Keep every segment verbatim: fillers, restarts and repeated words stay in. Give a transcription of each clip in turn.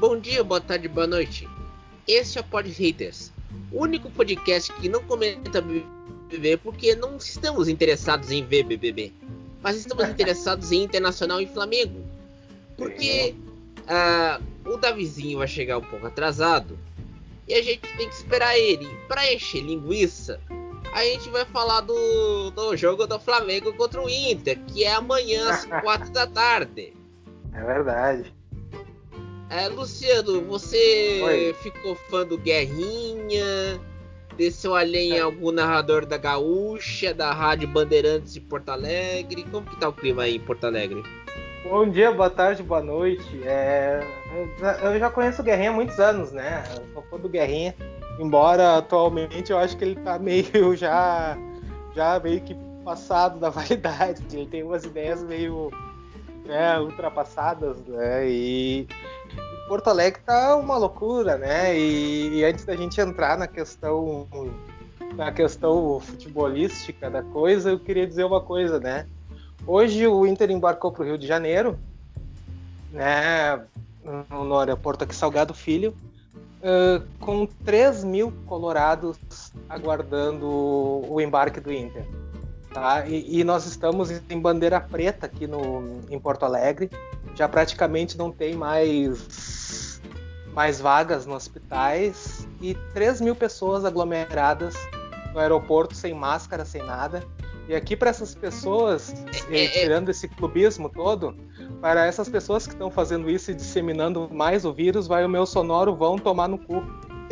Bom dia, boa tarde, boa noite. Esse é o Pod Haters, o único podcast que não comenta B B B porque não estamos interessados em ver B B B, mas estamos interessados em Internacional e Flamengo. Porque uh, o Davizinho vai chegar um pouco atrasado e a gente tem que esperar ele. Para encher linguiça, a gente vai falar do, do jogo do Flamengo contra o Inter, que é amanhã às quatro da tarde. É verdade. É, Luciano, você Oi. ficou fã do Guerrinha? Desceu a lenha em algum narrador da Gaúcha, da Rádio Bandeirantes de Porto Alegre? Como que tá o clima aí em Porto Alegre? Bom dia, boa tarde, boa noite. É, eu já conheço o Guerrinha há muitos anos, né? Eu sou fã do Guerrinha, embora atualmente eu acho que ele tá meio já, já meio que passado da validade. Ele tem umas ideias meio né, ultrapassadas, né? E Porto Alegre tá uma loucura, né? E, e antes da gente entrar na questão na questão futebolística da coisa, eu queria dizer uma coisa, né? Hoje o Inter embarcou para o Rio de Janeiro, né? No, no aeroporto aqui Salgado Filho, uh, com três mil colorados aguardando o embarque do Inter. Tá? E, e nós estamos em bandeira preta aqui no, em Porto Alegre. Já praticamente não tem mais, mais vagas nos hospitais e três mil pessoas aglomeradas no aeroporto sem máscara, sem nada. E aqui para essas pessoas, é, tirando esse clubismo todo, para essas pessoas que estão fazendo isso e disseminando mais o vírus, vai o meu sonoro vão tomar no cu.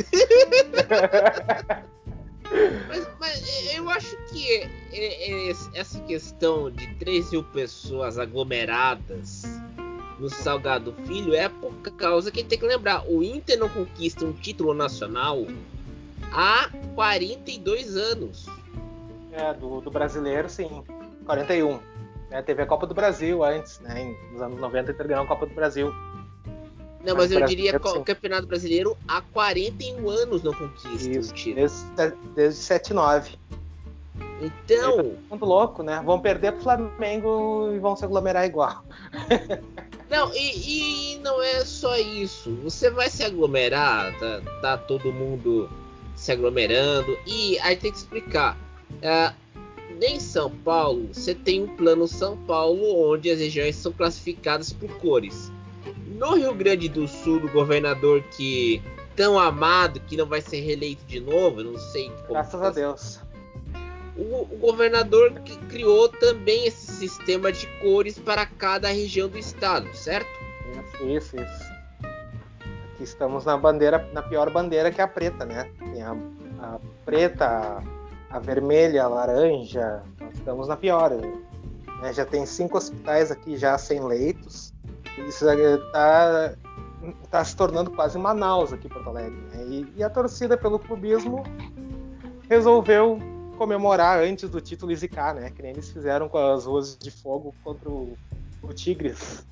Mas, mas eu acho que é, é, é, essa questão de três mil pessoas aglomeradas no Salgado Filho é por causa que a gente tem que lembrar, o Inter não conquista um título nacional há quarenta e dois anos. É, do, do brasileiro, sim, quarenta e um. É, teve a Copa do Brasil antes, né? Nos anos noventa ele ganhou a Copa do Brasil. Não, mas, mas eu diria que o Campeonato Brasileiro há quarenta e um anos não conquista Isso, o título. Desde, desde setenta e nove. Então... Tá muito louco, né? Vão perder pro Flamengo e vão se aglomerar igual. Não, e, e não é só isso. Você vai se aglomerar, tá, tá todo mundo se aglomerando. E aí tem que explicar. Uh, em São Paulo, você tem um plano São Paulo, onde as regiões são classificadas por cores. No Rio Grande do Sul, o governador que tão amado, que não vai ser reeleito de novo, eu não sei como. Graças a Deus. O, o governador que criou também esse sistema de cores para cada região do estado, certo? Isso, isso, isso. Aqui estamos na bandeira, na pior bandeira, que é a preta, né? Tem a, a preta, a, a vermelha, a laranja. Nós estamos na pior. Né? Já tem cinco hospitais aqui já sem leitos. Isso está tá se tornando quase Manaus aqui em Porto Alegre. Né? E, e a torcida pelo clubismo resolveu comemorar antes do título e zicar, né? Que nem eles fizeram com as ruas de fogo contra o, o Tigres.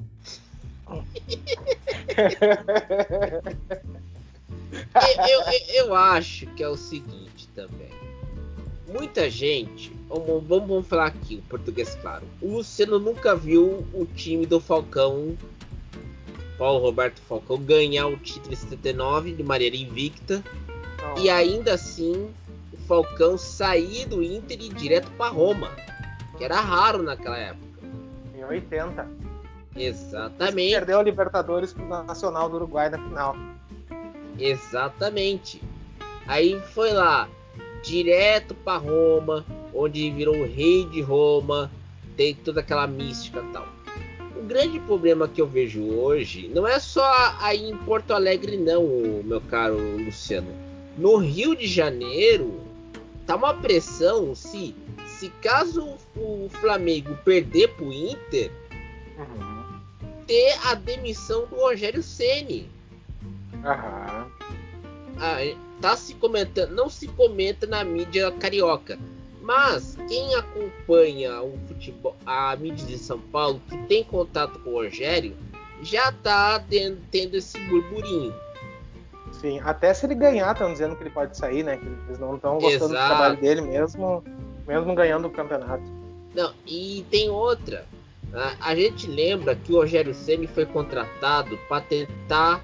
eu, eu, eu acho que é o seguinte também. Muita gente, vamos, vamos falar aqui, o português claro. O Luciano nunca viu o time do Falcão, Paulo Roberto Falcão, ganhar o título em setenta e nove de maneira invicta. Não. E ainda assim o Falcão sair do Inter e ir direto para Roma, que era raro naquela época. Em oitenta. Exatamente. Ele perdeu a Libertadores pro Nacional do Uruguai na final. Exatamente. Aí foi lá, direto para Roma, onde virou o rei de Roma, tem toda aquela mística e tal. O grande problema que eu vejo hoje não é só aí em Porto Alegre não, meu caro Luciano. No Rio de Janeiro tá uma pressão, se, se caso o Flamengo perder pro Inter, uhum. ter a demissão do Rogério Ceni. Aham. Ah, tá se comentando, não se comenta na mídia carioca, mas quem acompanha o futebol, a mídia de São Paulo, que tem contato com o Rogério, já tá tendo, tendo esse burburinho. Sim, até se ele ganhar, estão dizendo que ele pode sair, né? Que eles não estão gostando Exato. do trabalho dele mesmo, mesmo ganhando o campeonato. Não, e tem outra. A, a gente lembra que o Rogério Ceni foi contratado para tentar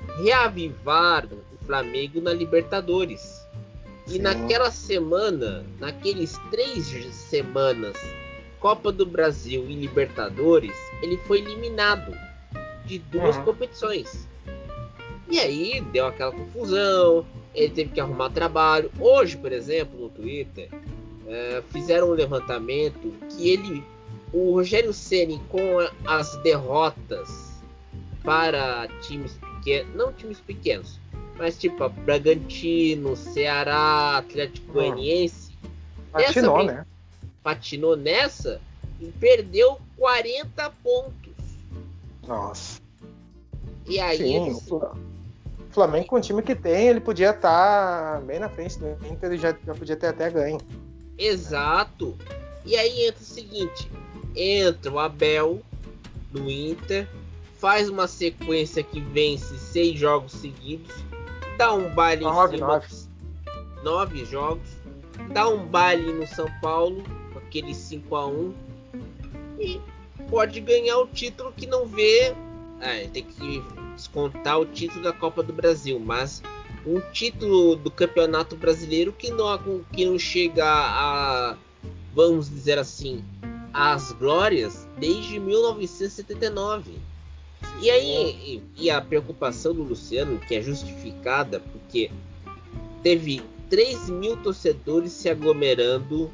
reavivaram o Flamengo na Libertadores. E Sim. naquela semana, naqueles três semanas, Copa do Brasil e Libertadores, ele foi eliminado de duas Uhum. competições. E aí deu aquela confusão, ele teve que arrumar trabalho. Hoje, por exemplo, no Twitter, é, fizeram um levantamento que ele, o Rogério Ceni, com as derrotas para times pequenos, não times pequenos, mas tipo Bragantino, Ceará, Atlético Goianiense, Patinou, vez, né? patinou nessa e perdeu quarenta pontos. Nossa. E aí Sim, eles... o Flamengo, com o time que tem, ele podia estar bem na frente do Inter e já, já podia ter até ganho. Exato. E aí entra o seguinte, entra o Abel no Inter, faz uma sequência que vence seis jogos seguidos, dá um baile Nove, em cima nove. dos nove jogos, dá um baile no São Paulo, com aquele cinco a um, e pode ganhar o título que não vê. Ah, tem que descontar o título da Copa do Brasil, mas um título do Campeonato Brasileiro que não, que não chega a, vamos dizer assim, às glórias desde mil novecentos e setenta e nove. E aí, e, e a preocupação do Luciano, que é justificada, porque teve três mil torcedores se aglomerando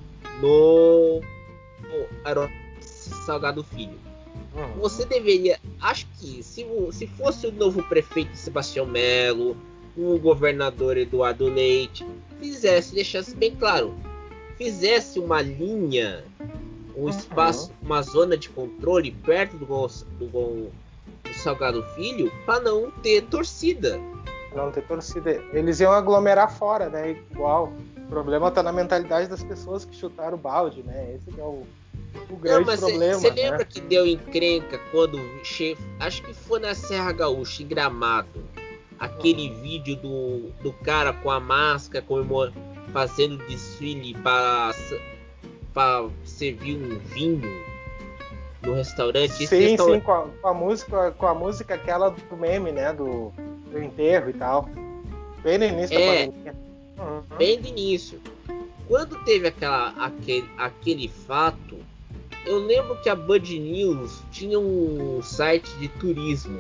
no, no Aeroporto Salgado Filho. Uhum. Você deveria, acho que se, se fosse o novo prefeito Sebastião Melo, o governador Eduardo Leite, fizesse, deixasse bem claro, fizesse uma linha, um espaço, uhum. uma zona de controle perto do, do, do Salgado Filho, para não ter torcida. Não ter torcida. Eles iam aglomerar fora, né? Igual. O problema tá na mentalidade das pessoas que chutaram o balde, né? Esse que é o, o grande não, mas problema. Você lembra né? que deu encrenca quando che... acho que foi na Serra Gaúcha, em Gramado, aquele uhum. vídeo do, do cara com a máscara comemor... fazendo desfile para para servir um vinho no restaurante. Sim, Esse restaurante... sim, com a, com a música, com a música aquela do meme, né, do, do enterro e tal. Bem no início é, da pandemia. Uhum. Bem no início. Quando teve aquela, aquele, aquele fato, eu lembro que a Band News tinha um site de turismo,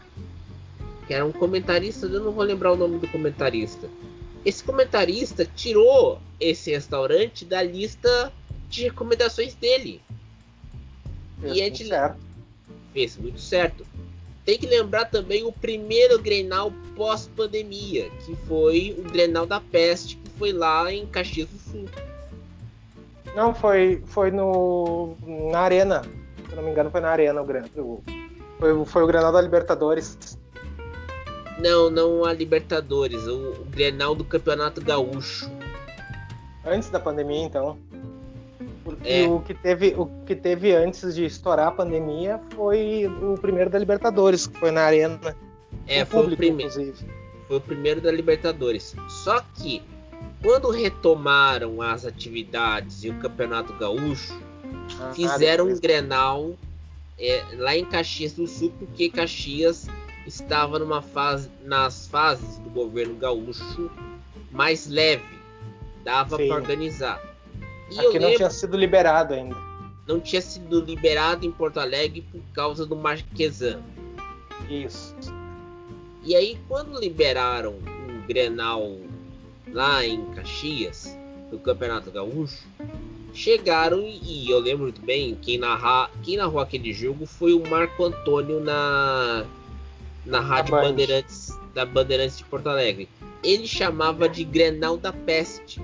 que era um comentarista, eu não vou lembrar o nome do comentarista. Esse comentarista tirou esse restaurante da lista de recomendações dele. Fez e a muito gente certo. fez muito certo. Tem que lembrar também o primeiro Grenal pós-pandemia, que foi o Grenal da Peste, que foi lá em Caxias do Sul. Não, foi, foi no, na Arena. Se não me engano, foi na Arena o Grenal. Foi, foi o Grenal da Libertadores. Não, não a Libertadores, o, o Grenal do Campeonato Gaúcho. Antes da pandemia, então. Porque É. o, que teve, o que teve antes de estourar a pandemia foi o primeiro da Libertadores, que foi na Arena. É, com foi público, o primeiro. inclusive. Foi o primeiro da Libertadores. Só que, quando retomaram as atividades e o Campeonato Gaúcho, Ah, fizeram um depois. Grenal é, lá em Caxias do Sul, porque Caxias estava numa fase, nas fases do governo gaúcho mais leve, dava Sim. para organizar. E Aqui eu não lembro, tinha sido liberado ainda. não tinha sido liberado em Porto Alegre por causa do Marquesan. Isso. E aí, quando liberaram o Grenal lá em Caxias, do Campeonato Gaúcho, chegaram e eu lembro muito bem, quem, narra, quem narrou aquele jogo foi o Marco Antônio na, na Rádio Band. Bandeirantes, da Bandeirantes de Porto Alegre. Ele chamava de Grenal da Peste,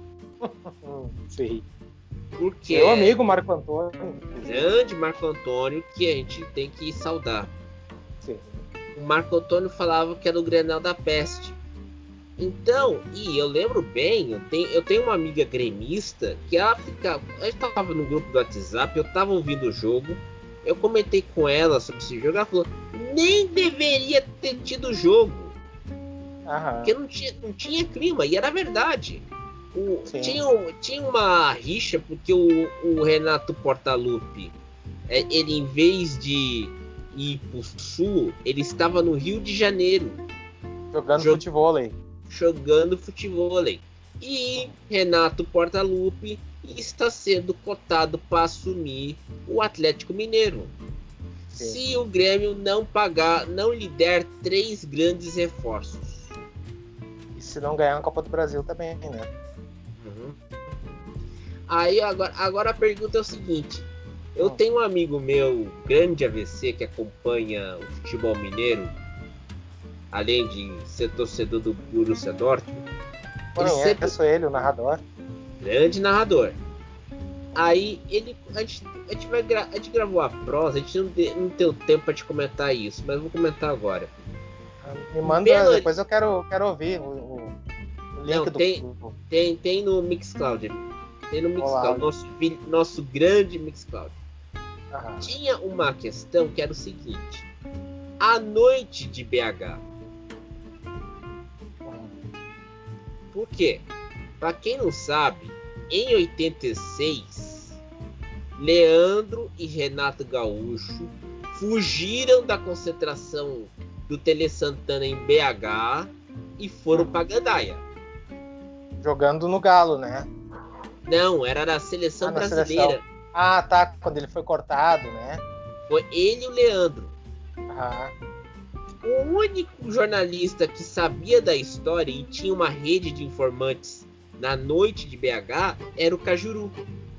Sim. porque Meu amigo Marco Antônio. grande Marco Antônio, que a gente tem que saudar. Sim. O Marco Antônio falava que era o Grenal da Peste. Então, e eu lembro bem, eu tenho, eu tenho uma amiga gremista que ela ficava. A gente tava no grupo do WhatsApp, eu tava ouvindo o jogo, eu comentei com ela sobre esse jogo, ela falou, nem deveria ter tido jogo, Aham. porque não tinha, não tinha clima, e era verdade. O, Sim. tinha, um- tinha uma rixa porque o, o Renato Portaluppi, é, ele em vez de ir pro sul, ele estava no Rio de Janeiro. Jogando jog... futevôlei. Jogando futevôlei. E Renato Portaluppi está sendo cotado para assumir o Atlético Mineiro. Sim. Se o Grêmio não pagar, não lhe der três grandes reforços. E se não ganhar a Copa do Brasil também, né? Uhum. Aí agora, agora a pergunta é o seguinte. Eu tenho um amigo meu, grande A V C, que acompanha o futebol mineiro, além de ser torcedor do Borussia Dortmund. Ele é, sempre... Eu sou ele, o narrador. Grande narrador. Aí ele, a gente, a gente, vai gra... a gente gravou a prosa, a gente não, de... não deu tempo para te comentar isso, mas eu vou comentar agora. Me manda, Belo... depois eu quero, quero ouvir o, o link não, do... Tem, tem, tem no Mixcloud. Tem no Mixcloud, nosso, nosso grande Mixcloud. Aham. Tinha uma questão que era o seguinte: a noite de B H. Por quê? Para quem não sabe, em oitenta e seis, Leandro e Renato Gaúcho fugiram da concentração do Tele Santana em B H e foram para Gandaia. Jogando no Galo, né? Não, era da seleção ah, brasileira. Seleção. Ah, tá, quando ele foi cortado, né? Foi ele e o Leandro. Ah. O único jornalista que sabia da história e tinha uma rede de informantes na noite de B H era o Cajuru.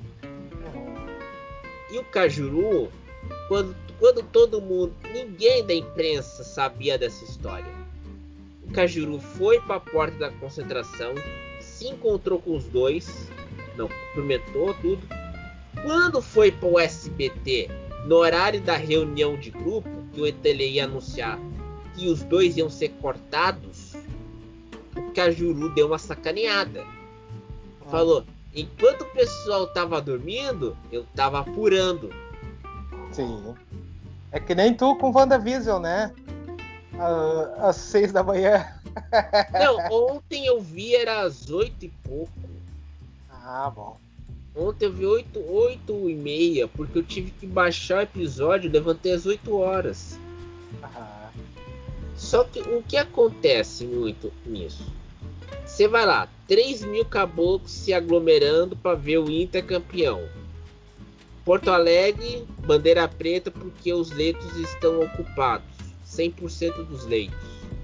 E o Cajuru, quando, quando todo mundo, ninguém da imprensa sabia dessa história, o Cajuru foi para a porta da concentração, se encontrou com os dois, não, cumprimentou tudo. Quando foi para o S B T, no horário da reunião de grupo, que o Tele ia anunciar que os dois iam ser cortados, o Cajuru deu uma sacaneada. Falou, enquanto o pessoal tava dormindo, eu tava apurando. Sim. É que nem tu com WandaVision, né? Às seis da manhã. Não, ontem eu vi, era às oito e pouco. Ah, bom. Ontem eu vi oito, oito e meia, porque eu tive que baixar o episódio, levantei às oito horas. Ah. Só que o que acontece muito nisso? Você vai lá, três mil caboclos se aglomerando para ver o Inter campeão. Porto Alegre, bandeira preta porque os leitos estão ocupados. cem por cento dos leitos.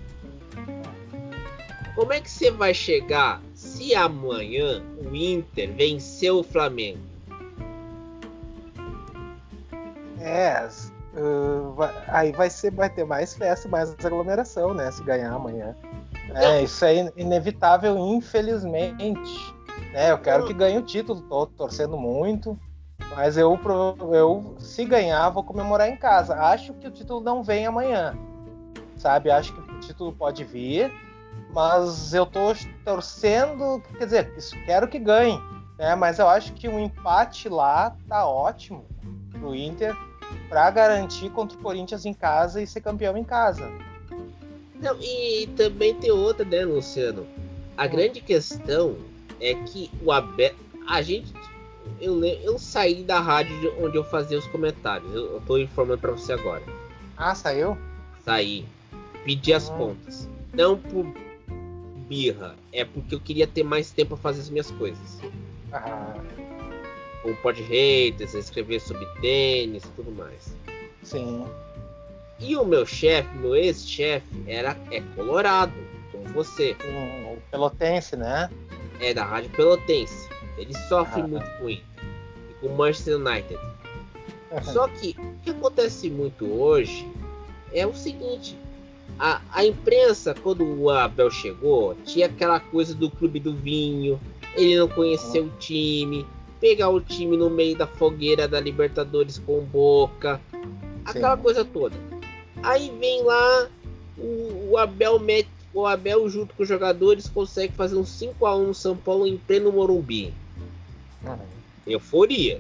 Como é que você vai chegar se amanhã o Inter vencer o Flamengo? É, uh, vai, aí vai, ser, vai ter mais festa, mais aglomeração, né? Se ganhar amanhã. É, isso é inevitável, infelizmente. É, eu quero que ganhe o título, tô torcendo muito. Mas eu, eu, se ganhar, vou comemorar em casa. Acho que o título não vem amanhã, sabe? Acho que o título pode vir, mas eu tô torcendo, quer dizer, quero que ganhe, né? Mas eu acho que um empate lá tá ótimo pro Inter para garantir contra o Corinthians em casa e ser campeão em casa. Não, e também tem outra, né, Luciano? A hum. grande questão é que o Abel, a gente, eu, eu saí da rádio onde eu fazia os comentários. Eu, eu tô informando para você agora. Ah, saiu? Saí. Pedi as hum. contas. Não por birra, é porque eu queria ter mais tempo para fazer as minhas coisas. Ah. Como pod haters, escrever sobre tênis, tudo mais. Sim. E o meu chefe, meu ex-chefe, era, é colorado, como você. O Pelotense, né? É, da Rádio Pelotense. Ele sofre ah, muito com isso. E com o Manchester United. Uhum. Só que o que acontece muito hoje é o seguinte. A, a imprensa, quando o Abel chegou, tinha aquela coisa do clube do vinho. Ele não conheceu uhum. o time. Pegar o time no meio da fogueira da Libertadores com Boca. Aquela Sim. coisa toda. Aí vem lá o, o Abel met, o Abel junto com os jogadores consegue fazer um cinco a um no São Paulo em pleno Morumbi. Uhum. Euforia.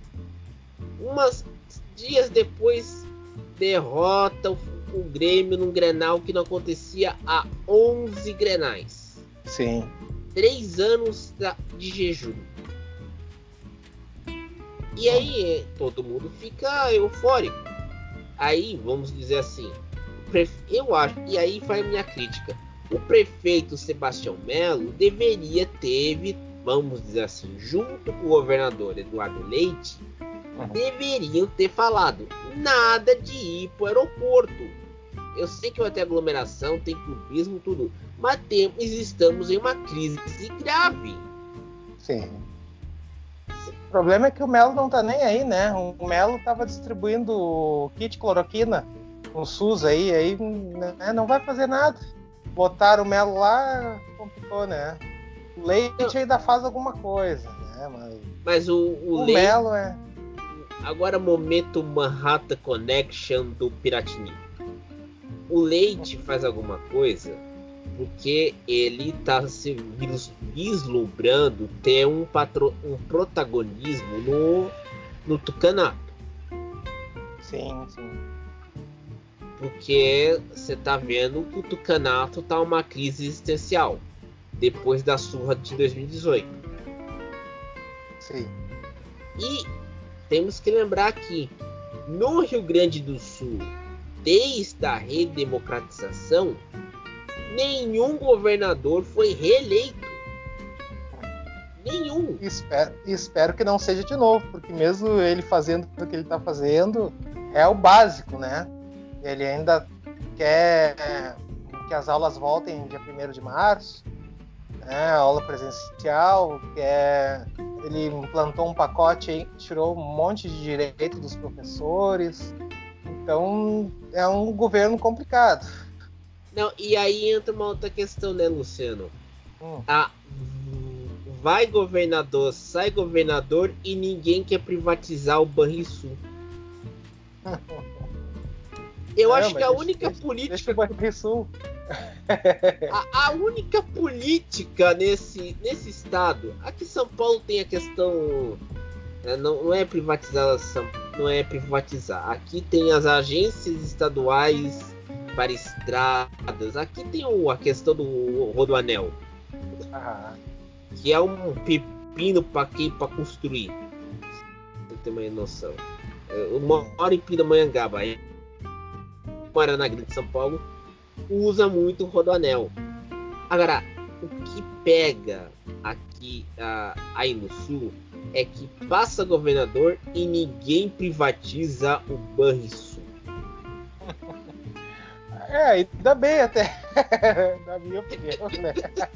Umas dias depois derrota o, o Grêmio num Grenal que não acontecia há onze Grenais. Sim. Três anos da, de jejum. E aí todo mundo fica eufórico. aí vamos dizer assim, eu acho, e aí vai a minha crítica, o prefeito Sebastião Melo deveria ter, vamos dizer assim, junto com o governador Eduardo Leite, uhum. deveriam ter falado nada de ir para o aeroporto. Eu sei que vai ter aglomeração, tem clubismo, tudo, mas temos, estamos em uma crise grave. Sim. O problema é que o Melo não tá nem aí, né? O Melo tava distribuindo kit cloroquina no SUS aí, aí né? Não vai fazer nada. Botaram o Melo lá, complicou, né? O Leite não. ainda faz alguma coisa, né? Mas, mas o, o, o Leite... Melo é... Agora momento Manhattan Connection do Piratini. O Leite faz alguma coisa porque ele está se vislumbrando ter um, patro, um protagonismo no, no Tucanato. Sim, sim. Porque você está vendo que o Tucanato está uma crise existencial depois da surra de dois mil e dezoito. Sim. E temos que lembrar que no Rio Grande do Sul, desde a redemocratização, nenhum governador foi reeleito. Nenhum. Espero, espero que não seja de novo, porque mesmo ele fazendo o que ele está fazendo, é o básico, né? Ele ainda quer que as aulas voltem dia primeiro de março, né? Aula presencial, quer... ele implantou um pacote aí, tirou um monte de direito dos professores. Então, é um governo complicado. Não, e aí entra uma outra questão, né, Luciano? Hum. A, vai governador, sai governador e ninguém quer privatizar o Banrisul. Eu Não, acho que a deixa, única deixa, política... Deixa o Banrisul. a, a única política nesse, nesse estado... Aqui em São Paulo tem a questão... Não, não é privatizar, não é privatizar. Aqui tem as agências estaduais para estradas. Aqui tem o, a questão do Rodoanel, ah. que é um pepino para quem para construir. Você tem uma noção. Eu moro em Pindamonhangaba, moro na Grande São Paulo, usa muito o Rodoanel. Agora, o que pega aqui uh, aí no sul é que passa governador e ninguém privatiza o Banrisul. É, ainda bem até, na minha opinião, né?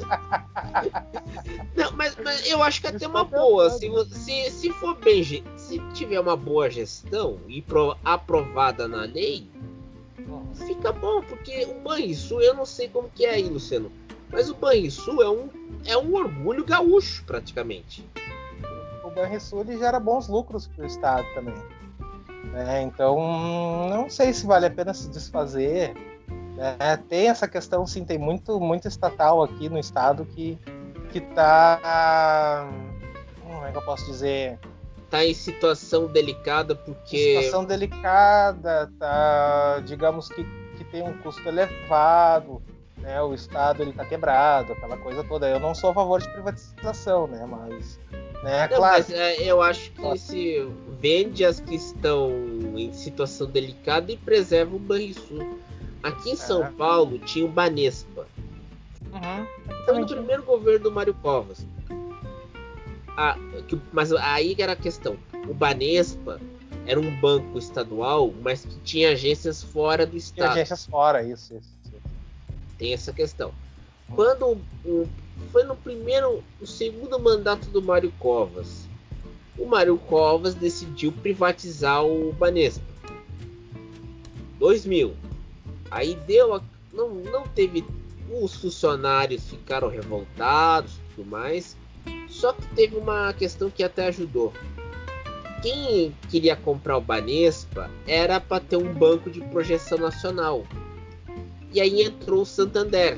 Não, mas, mas eu acho que até uma boa, se, se, se for bem, se tiver uma boa gestão e pro, aprovada na lei, fica bom, porque o Banrisul, eu não sei como que é aí, Luciano, mas o Banrisul é um, é um orgulho gaúcho, praticamente. O Banrisul ele gera bons lucros para o estado também, né? Então não sei se vale a pena se desfazer, né? Tem essa questão, sim, tem muito, muito estatal aqui no estado que que tá, como é que eu posso dizer, tá em situação delicada porque situação delicada, tá, digamos que, que tem um custo elevado, né? O estado ele tá quebrado, aquela coisa toda. Eu não sou a favor de privatização, né? Mas Né, não, claro. Mas é, eu acho que se vende as que estão em situação delicada e preserva o Banrisul. Aqui em São é. Paulo tinha o Banespa. Uhum. Foi no primeiro governo do Mário Covas. Ah, que, mas aí era a questão. O Banespa era um banco estadual, mas que tinha agências fora do estado. Tinha agências fora, isso, isso, isso. Tem essa questão. Quando o, foi no primeiro, o segundo mandato do Mário Covas, o Mário Covas decidiu privatizar o Banespa. dois mil. Aí deu a, não, não teve, os funcionários ficaram revoltados e tudo mais. Só que teve uma questão que até ajudou. Quem queria comprar o Banespa era para ter um banco de projeção nacional. E aí entrou o Santander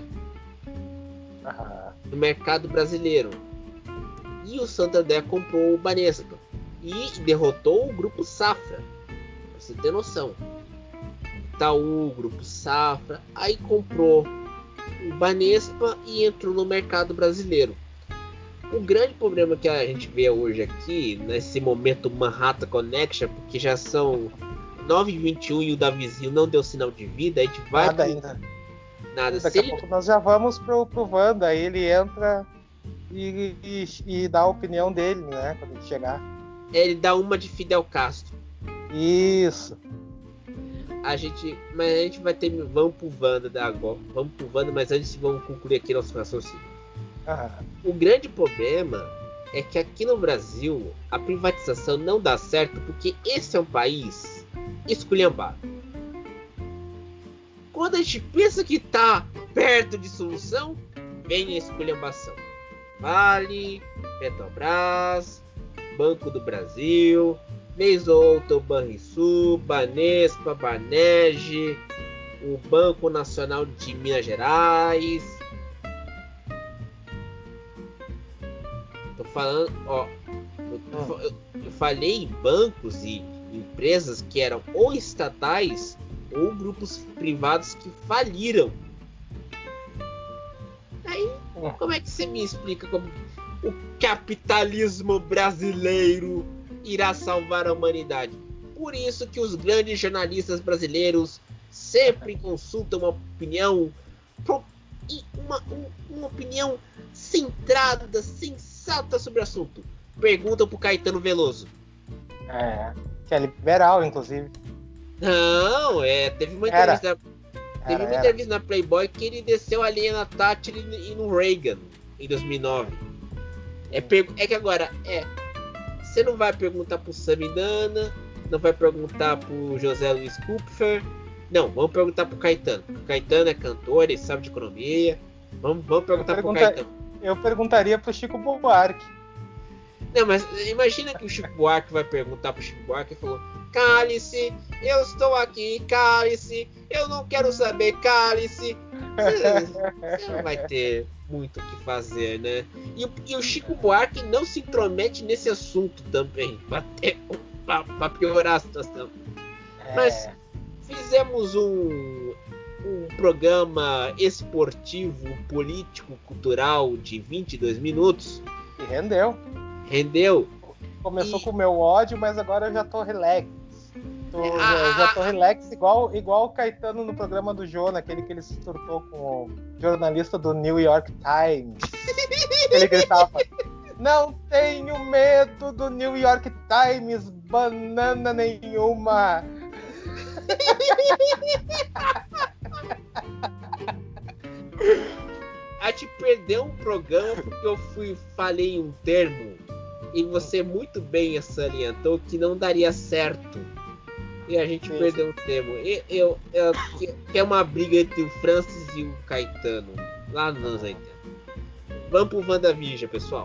no mercado brasileiro. E o Santander comprou o Banespa e derrotou o Grupo Safra. Pra você ter noção. Itaú, Grupo Safra, aí comprou o Banespa e entrou no mercado brasileiro. O grande problema que a gente vê hoje aqui, nesse momento Manhattan Connection, porque já são nove e vinte e um e o Davizinho não deu sinal de vida, a gente vai... Nada pro... ainda. Nada. Daqui Se a ele... pouco nós já vamos pro, pro Wanda, aí ele entra e, e, e dá a opinião dele, né, quando ele chegar. Ele dá uma de Fidel Castro. Isso. A gente... Mas a gente vai ter... Vamos pro Wanda da agora. Vamos pro Wanda, mas antes vamos concluir aqui nosso raciocínio. Aham. O grande problema é que aqui no Brasil a privatização não dá certo porque esse é um país esculhambado. Quando a gente pensa que tá perto de solução, vem a esculhambação. Vale, Petrobras, Banco do Brasil, vez ou outra o Banrisul, Banespa, Banerj, o Banco Nacional de Minas Gerais. Tô falando, ó, eu, tô, eu, eu falei em bancos e empresas que eram ou estatais ou grupos privados que faliram. Aí, como é que você me explica como o capitalismo brasileiro irá salvar a humanidade? Por isso que os grandes jornalistas brasileiros sempre consultam uma opinião, uma, uma opinião centrada, sensata sobre o assunto. Perguntam pro Caetano Veloso. É, que é liberal, inclusive. Não, é, teve uma Era. entrevista, teve Era, uma era. entrevista na Playboy que ele desceu a linha na Thatcher e no Reagan em dois mil e nove. É, pergu- é que agora, é, você não vai perguntar pro Samidana, não vai perguntar pro José Luiz Kupfer, não, vamos perguntar pro Caetano. O Caetano é cantor, ele sabe de economia, vamos, vamos perguntar pro pergunta- Caetano. Eu perguntaria pro Chico Buarque. Não, mas imagina que o Chico Buarque vai perguntar pro Chico Buarque e falou: Cálice, eu estou aqui, Cálice, eu não quero saber, Cálice. Você, você não vai ter muito o que fazer, né? E, o- e o Chico Buarque não se intromete nesse assunto também, pra, ter- pra- pra piorar a situação. Mas É, fizemos um, um programa esportivo, político, cultural de vinte e dois minutos. e rendeu. Rendeu? Começou E- com o meu ódio, mas agora eu já tô relax. Tô, Ah, já, já tô ah, relax, igual, igual o Caetano no programa do Jô, naquele que ele se surtou com o jornalista do New York Times. Ele gritava: não tenho medo do New York Times, banana nenhuma. A gente perdeu um programa porque eu fui falei um termo e você muito bem salientou que não daria certo. E a gente Sim. perdeu um termo. E, eu, eu, que, que é uma briga entre o Francis e o Caetano. Lá nos anos oitenta. Vamos pro WandaVision, pessoal.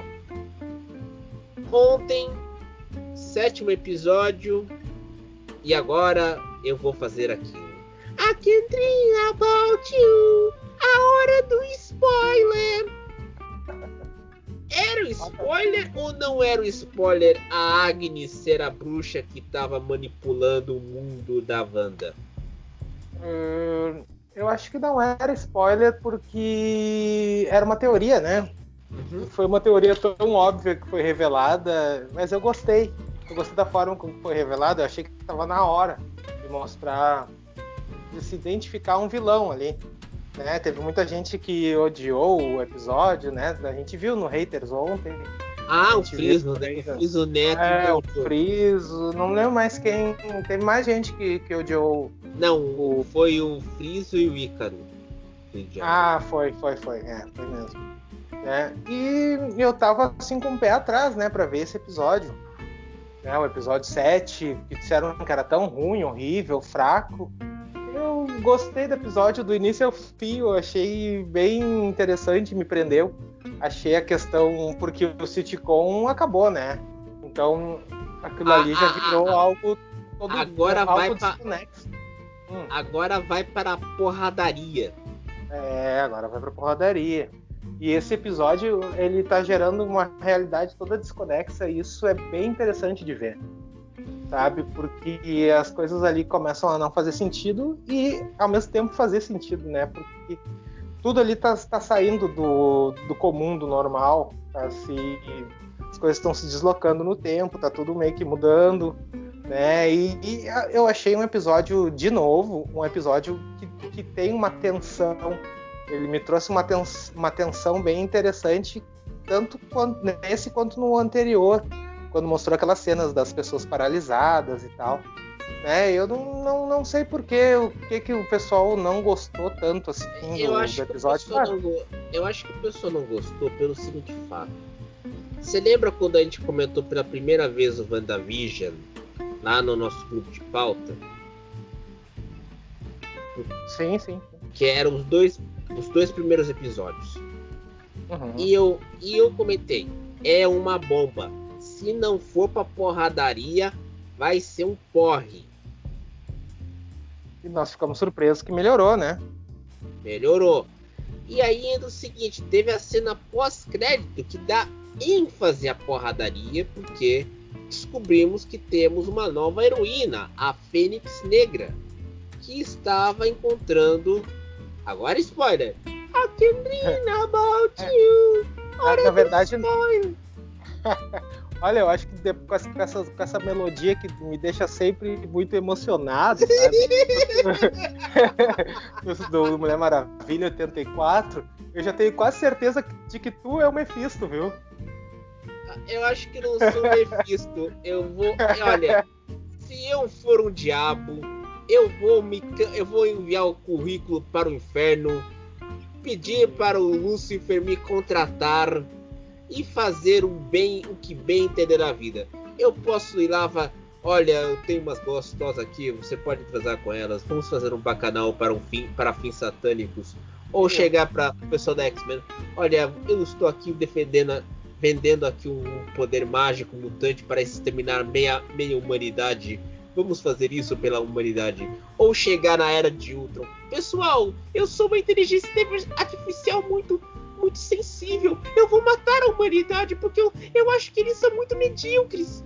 Ontem, sétimo episódio. E agora eu vou fazer aquilo. I can dream about you. A hora do spoiler. Era um spoiler ou não era um spoiler a Agnes ser a bruxa que estava manipulando o mundo da Wanda? Hum, eu acho que não era spoiler porque era uma teoria, né? Uhum. Foi uma teoria tão óbvia que foi revelada, mas eu gostei. Eu gostei da forma como foi revelada. Eu achei que estava na hora de mostrar, de se identificar um vilão ali. Né? Teve muita gente que odiou o episódio, né? A gente viu no Haters ontem. Ah, o gente Friso, viu né? também, O Friso Neto. É, o voltou. Friso, não lembro mais quem. Teve mais gente que, que odiou. Não, o- foi o Friso e o Ícaro. Ah, foi, foi, foi. É, foi mesmo. É, e eu tava assim com o pé atrás, né, pra ver esse episódio. Né, o episódio sete, que disseram que era tão ruim, horrível, fraco. Eu gostei do episódio do início ao fim, eu achei bem interessante, me prendeu. Achei a questão, porque o sitcom acabou, né? Então aquilo Ah, ali já ah, virou ah, algo todo Agora algo vai pra- desconexo. Hum. Agora vai para a porradaria. É, agora vai pra porradaria. E esse episódio, ele tá gerando uma realidade toda desconexa e isso é bem interessante de ver. Sabe? Porque as coisas ali começam a não fazer sentido e ao mesmo tempo fazer sentido, né? Porque tudo ali tá, tá saindo do, do comum, do normal. Tá se, as coisas estão se deslocando no tempo, tá tudo meio que mudando. Né? E, e eu achei um episódio, de novo, um episódio que, que tem uma tensão. Ele me trouxe uma, tens, uma tensão bem interessante, tanto quanto, nesse quanto no anterior, quando mostrou aquelas cenas das pessoas paralisadas e tal. Né? Eu não, não, não sei por quê, o que, que o pessoal não gostou tanto assim eu do, acho do episódio. Que o pessoal não, eu acho que o pessoal não gostou pelo seguinte fato. Você lembra quando a gente comentou pela primeira vez o WandaVision lá no nosso grupo de pauta? Sim, sim. Que eram os dois, os dois primeiros episódios. Uhum. E, eu, e eu comentei, é uma bomba. Se não for pra porradaria, vai ser um porre. E nós ficamos surpresos que melhorou, né? Melhorou. E aí entra o seguinte, teve a cena pós-crédito que dá ênfase à porradaria, porque descobrimos que temos uma nova heroína, a Fênix Negra, que estava encontrando... Agora spoiler! I can dream about you! Na, na verdade... Olha, eu acho que com essa, com, essa, com essa melodia que me deixa sempre muito emocionado, sabe? do Mulher Maravilha oitenta e quatro, eu já tenho quase certeza de que tu é o Mephisto, viu? Eu acho que não sou o Mephisto. Eu vou... Olha, se eu for um diabo, eu vou, me, eu vou enviar o currículo para o inferno, pedir para o Lúcifer me contratar e fazer o bem, o que bem entender na vida. Eu posso ir lá e falar, olha, eu tenho umas gostosas aqui, você pode transar com elas, vamos fazer um bacanal para, um fim, para fins satânicos. Ou chegar para o pessoal da X-Men, olha, eu estou aqui defendendo, vendendo aqui um poder mágico mutante para exterminar meia, meia humanidade. Vamos fazer isso pela humanidade. Ou chegar na Era de Ultron. Pessoal, eu sou uma inteligência artificial muito... muito sensível, eu vou matar a humanidade porque eu, eu acho que eles são muito medíocres.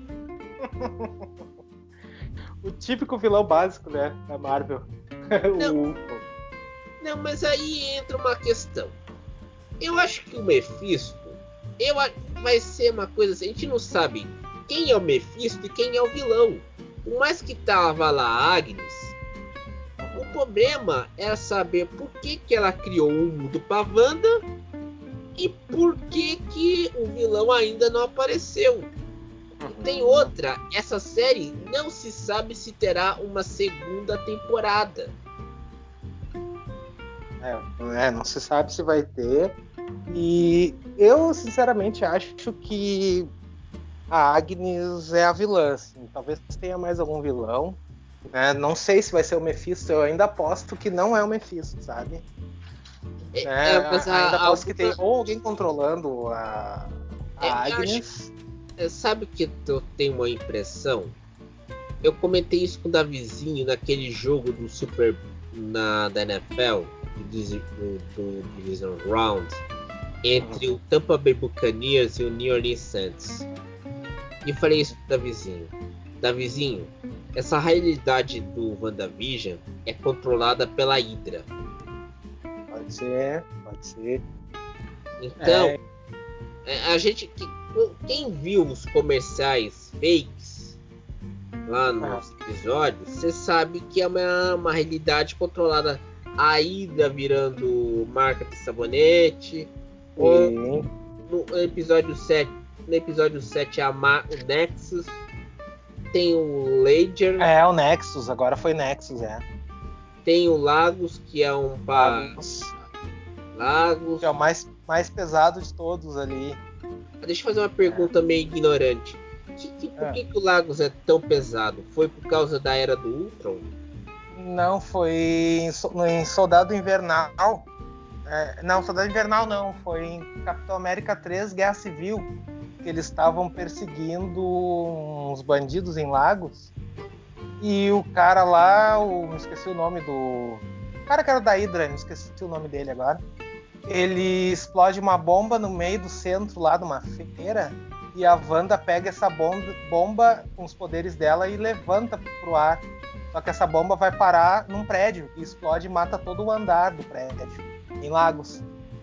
O típico vilão básico, né, da Marvel. Não, o... não, mas aí entra uma questão. Eu acho que o Mephisto eu, vai ser uma coisa assim, a gente não sabe quem é o Mephisto e quem é o vilão. Por mais que tava lá a Agnes, o problema era saber por que, que ela criou um mundo pra Wanda e por que, que o vilão ainda não apareceu. E tem outra, essa série não se sabe se terá uma segunda temporada. É, é, não se sabe se vai ter. E eu sinceramente acho que a Agnes é a vilã. Assim. Talvez tenha mais algum vilão. É, não sei se vai ser o Mephisto, eu ainda aposto que não é o Mephisto, sabe? É, é, mas a, ainda aposto a, que tem ou alguém controlando a, a é, Agnes. Acho, sabe que eu tenho uma impressão? Eu comentei isso com o Davizinho naquele jogo do Super na, da N F L, do, do, do Division Round, entre uhum. o Tampa Bay Buccaneers e o New Orleans Saints. E eu falei isso pro Davizinho. Davizinho, essa realidade do WandaVision é controlada pela Hydra. Pode ser, pode ser. Então, é... a gente, quem viu os comerciais fakes lá nos ah. episódios, você sabe que é uma, uma realidade controlada. A Hydra virando marca de sabonete. Ou no episódio sete, no episódio sete a Mar- o Nexus. Tem o Ledger. É, o Nexus, agora foi Nexus, é. Tem o Lagos, que é um pa... Lagos. Lagos. Que é o mais, mais pesado de todos ali. Deixa eu fazer uma pergunta é. meio ignorante. Que, que, por é. que, que o Lagos é tão pesado? Foi por causa da Era do Ultron? Não, foi em, em Soldado Invernal. É, não, Soldado Invernal não. Foi em Capitão América três, Guerra Civil. Que eles estavam perseguindo uns bandidos em Lagos. E o cara lá, o, me esqueci o nome do... O cara que era da Hydra, me esqueci o nome dele agora. Ele explode uma bomba no meio do centro lá de uma feira. E a Wanda pega essa bomba, bomba com os poderes dela e levanta pro ar. Só que essa bomba vai parar num prédio. E explode e mata todo o andar do prédio. Em Lagos.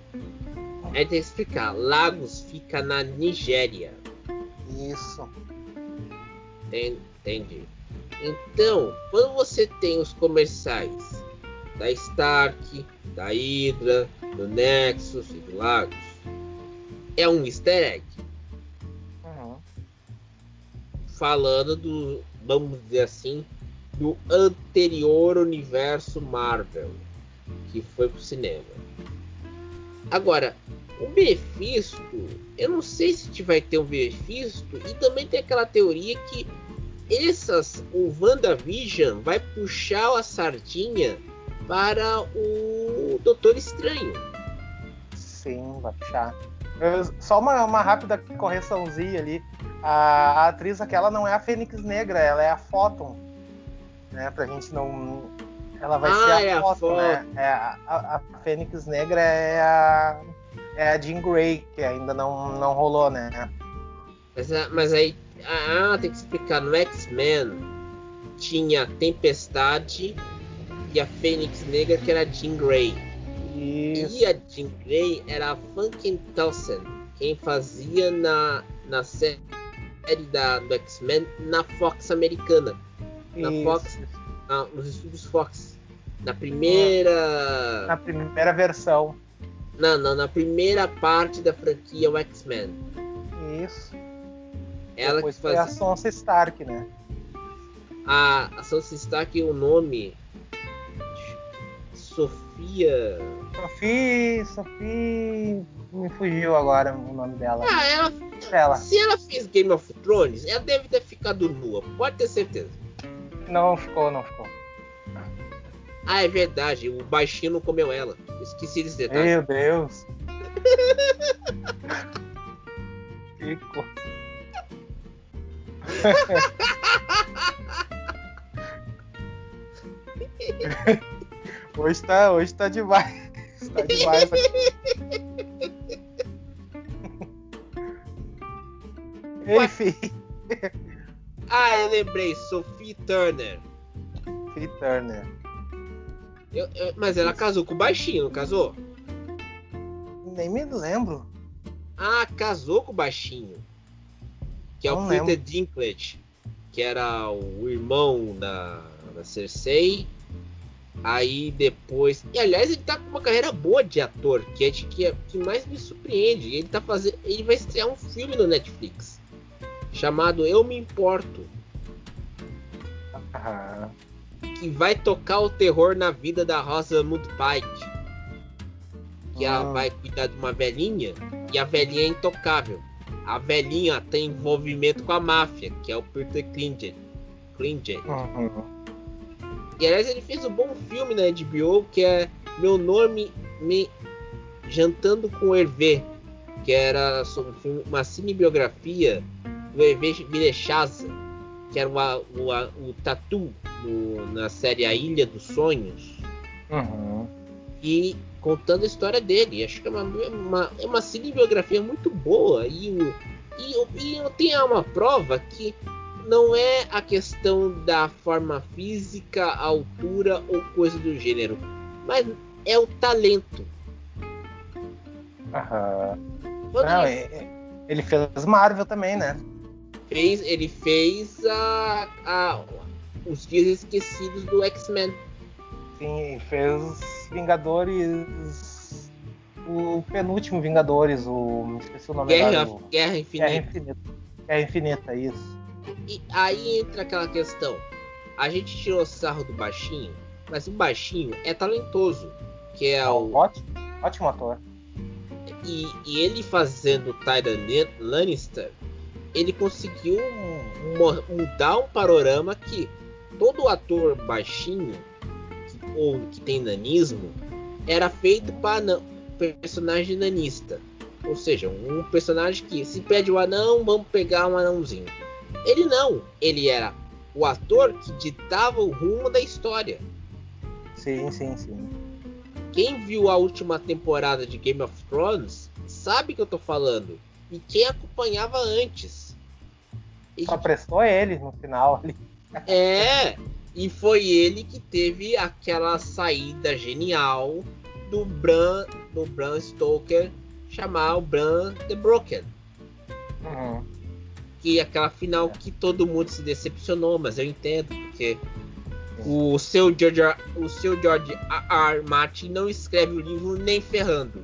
É de explicar, Lagos fica na Nigéria. Isso. Entendi. Então, quando você tem os comerciais da Stark, da Hydra, do Nexus e do Lagos, é um easter egg. Uhum. Falando do, vamos dizer assim, do anterior universo Marvel, que foi pro cinema. Agora, o Mephisto, eu não sei se a gente vai ter um Mephisto, e também tem aquela teoria que essas, o WandaVision vai puxar a sardinha para o Doutor Estranho. Sim, vai puxar. Eu, só uma, uma rápida correçãozinha ali. A, a atriz aquela não é a Fênix Negra, ela é a Photon. Né, pra gente não... Ela vai ah, ser a é Photon, né? É, a, a, a Fênix Negra é a, é a Jean Grey, que ainda não, não rolou, né? Mas, mas aí, ah, tem que explicar. No X-Men tinha a Tempestade e a Fênix Negra, que era a Jean Grey. Isso. E a Jean Grey era a Funkin Townsend, quem fazia na, na série da, do X-Men na Fox americana. Na Isso. Fox, na, nos estúdios Fox. Na primeira... Na primeira versão. Não, não, na primeira parte da franquia o X-Men. Isso. Ela Depois que foi fazia... a Sansa Stark, né? A, a Sansa Stark, o nome... Sofia... Sophie... Sophie... Me fugiu agora o nome dela. Ah, ela... Ela. Se ela fez Game of Thrones, ela deve ter ficado nua. Pode ter certeza. Não ficou, não ficou. Ah, é verdade. O baixinho não comeu ela. Esqueci desse detalhe. Meu Deus. Fico. Hoje tá, hoje tá demais. Tá demais aqui. Enfim. Ah, eu lembrei. Sophie Turner. Sophie Turner. Eu, eu, mas ela casou com o baixinho, não casou? Nem me lembro. Ah, casou com o baixinho. Que é Não o Peter lembro. Dinklage. Que era o irmão da, da Cersei. Aí depois... E aliás, ele tá com uma carreira boa de ator. Que é de que, é, que mais me surpreende. Ele tá fazendo... Ele vai estrear um filme no Netflix. Chamado Eu Me Importo. Ah, Que vai tocar o terror na vida da Rosamund Pike. Que ela Ah. vai cuidar de uma velhinha. E a velhinha é intocável. A velhinha tem envolvimento com a máfia, que é o Peter Dinklage. uhum. E aliás, ele fez um bom filme na H B O, que é Meu Nome Me Jantando com Hervé, que era sobre um filme, uma cinebiografia do Hervé Villechaize, que era o, o, o Tatu no, na série A Ilha dos Sonhos, Uhum. e contando a história dele. Acho que é uma, uma, é uma cinebiografia muito boa, e, o, e, e eu tenho uma prova que não é a questão da forma física, a altura ou coisa do gênero, mas é o talento. Aham. Quando Não, ele, é- é- ele fez Marvel também, né? fez, ele fez a, a, os Dias Esquecidos do X-Men. Sim, fez Vingadores. O penúltimo Vingadores, o. Esqueci o nome Guerra, agora. o- Guerra Guerra Infinita. Infinita. Guerra Infinita, isso. E aí entra aquela questão. A gente tirou sarro do baixinho, mas o baixinho é talentoso. Que é o. Ótimo, ótimo ator. E, e ele fazendo o Tyrion Lannister, ele conseguiu mu- mudar um panorama que todo ator baixinho que, ou que tem nanismo era feito para personagem nanista. Ou seja, um personagem que se pede o anão, vamos pegar um anãozinho. Ele não, ele era o ator que ditava o rumo da história. Sim, sim, sim. Quem viu a última temporada de Game of Thrones sabe que eu tô falando. E quem acompanhava antes. E, Só prestou ele no final ali. é, e foi ele que teve aquela saída genial do Bram, do Bram Stoker chamar o Bram The Broken. Uhum. que aquela final É. que todo mundo se decepcionou, mas eu entendo, porque o seu George, o seu George R. R. Martin não escreve o livro nem ferrando.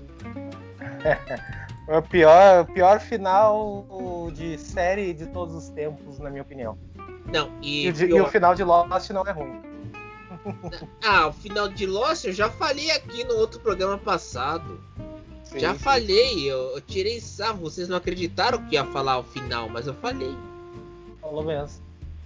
É o pior, o pior final de série de todos os tempos, na minha opinião. Não, e, E, o de- e pior- o final de Lost não é ruim. Ah, o final de Lost eu já falei aqui no outro programa passado. Sim, já sim. falei, eu, eu tirei sarro, vocês não acreditaram que ia falar o final, mas eu falei. Falou mesmo.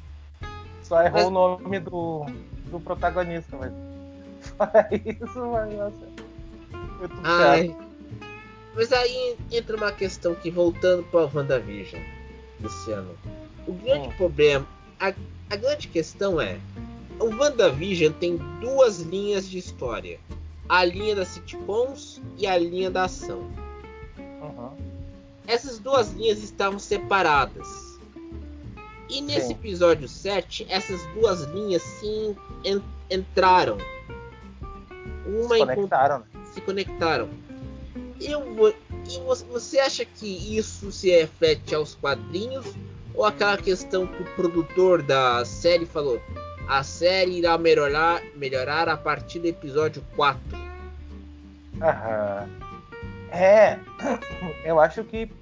Só errou Mas- o nome do, do protagonista, mas. Fora isso, mas nossa. Foi tudo Ai. certo. Mas aí entra uma questão que, voltando para o WandaVision, Luciano, o grande Hum. problema, a, a grande questão é, o WandaVision tem duas linhas de história, a linha das sitcoms e a linha da ação. Uhum. Essas duas linhas estavam separadas. E nesse Sim. episódio sete, essas duas linhas se en- entraram. Uma Se encont- conectaram, né? se conectaram. Eu vou... E você- você acha que isso se reflete aos quadrinhos? Ou aquela questão que o produtor da série falou? A série irá melhorar, melhorar a partir do episódio quatro. Aham. É, eu acho que,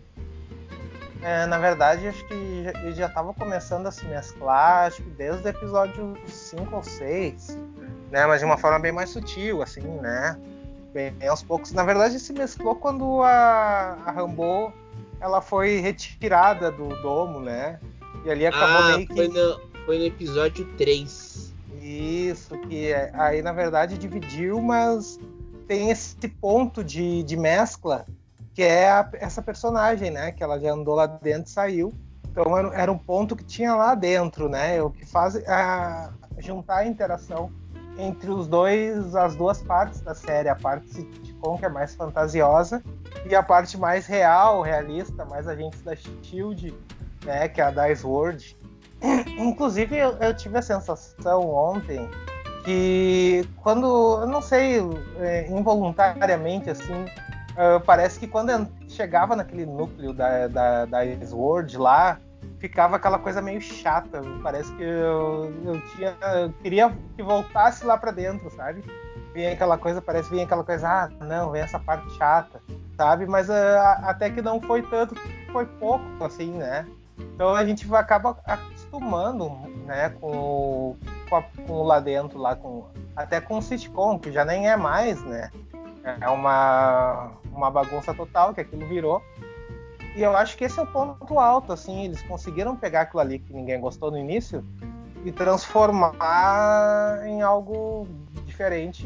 é, na verdade, acho que já- ele já estava começando a se mesclar, acho que desde o episódio cinco ou seis, né? Mas de uma forma bem mais sutil, assim, né? Bem, bem aos poucos. Na verdade, se mesclou quando a, a Rambo, ela foi retirada do domo, né? E ali acabou Ah, meio que... foi no, foi no episódio três. Isso, que é- aí na verdade dividiu, mas tem esse ponto de, de mescla, que é a- essa personagem, né? Que ela já andou lá dentro e saiu. Então era, era um ponto que tinha lá dentro, né? O que faz a, juntar a interação entre os dois, as duas partes da série, a parte sitcom, que é mais fantasiosa, e a parte mais real, realista, mais agentes da Shield, né? Que é a da Sword. Inclusive, eu, eu tive a sensação ontem que quando, eu não sei, é, involuntariamente, assim, uh, parece que quando eu chegava naquele núcleo da, da, da Sword lá, ficava aquela coisa meio chata. Parece que eu, eu tinha, eu queria que voltasse lá pra dentro, sabe? Vinha aquela coisa, parece que vinha aquela coisa, ah, não, vem essa parte chata, sabe? Mas uh, até que não foi tanto, foi pouco, assim, né? Então a gente vai- acaba acostumando, né, com, o- com, a- com o lá dentro, lá com, até com o sitcom, que já nem é mais, né? É uma, uma bagunça total que aquilo virou. E eu acho que esse é o ponto alto, assim, eles conseguiram pegar aquilo ali que ninguém gostou no início e transformar em algo diferente,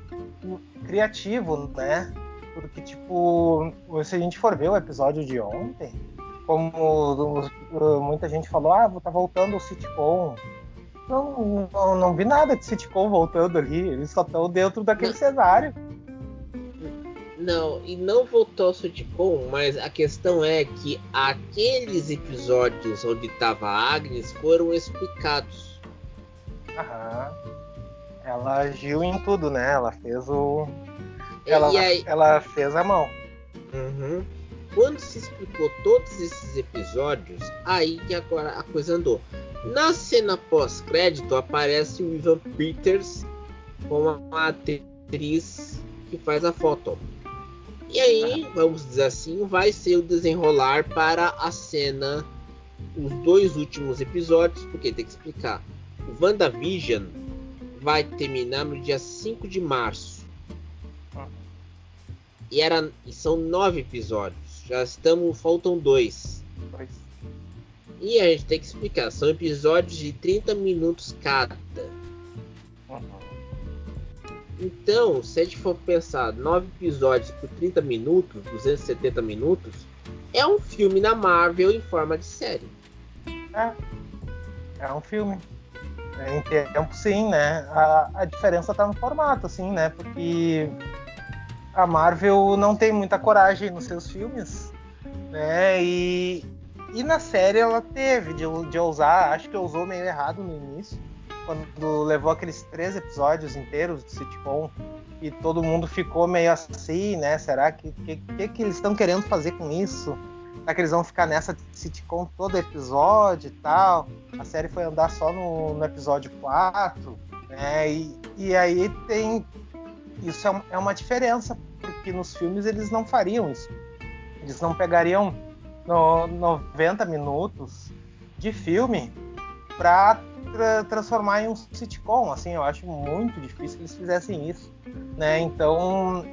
criativo, né? Porque, tipo, se a gente for ver o episódio de ontem, como uh, muita gente falou, ah, tá voltando o sitcom. Não, não, não vi nada de sitcom voltando ali, eles só estão dentro daquele Não. cenário. Não, e não voltou ao sitcom, mas a questão é que aqueles episódios onde tava a Agnes foram explicados. Aham. Ela agiu em tudo, né? Ela fez o. E Ela, aí, ela fez a mão. uhum. Quando se explicou todos esses episódios, aí que agora a coisa andou. Na cena pós-crédito aparece o Evan Peters como a atriz que faz a foto. E aí, vamos dizer assim, vai ser o desenrolar para a cena, os dois últimos episódios, porque tem que explicar. O WandaVision vai terminar no dia cinco de março. E, era, e são nove episódios. Já estamos, faltam dois. Pois. E a gente tem que explicar. São episódios de trinta minutos cada. Uhum. Então, se a gente for pensar nove episódios por trinta minutos, duzentos e setenta minutos, é um filme da Marvel em forma de série. É. É um filme. É, em tempo, sim, né? A, a diferença tá no formato, assim, né? Porque a Marvel não tem muita coragem nos seus filmes, né? E, e na série ela teve de, de ousar, acho que usou meio errado no início, quando levou aqueles três episódios inteiros de sitcom e todo mundo ficou meio assim, né? Será que que, que, que eles estão querendo fazer com isso? será que eles vão ficar nessa sitcom todo episódio e tal? A série foi andar só no, no episódio quatro, né? E, e aí tem... Isso é, é uma diferença, porque nos filmes eles não fariam isso. Eles não pegariam no, noventa minutos de filme para tra- transformar em um sitcom. Assim, eu acho muito difícil que eles fizessem isso, né? Então...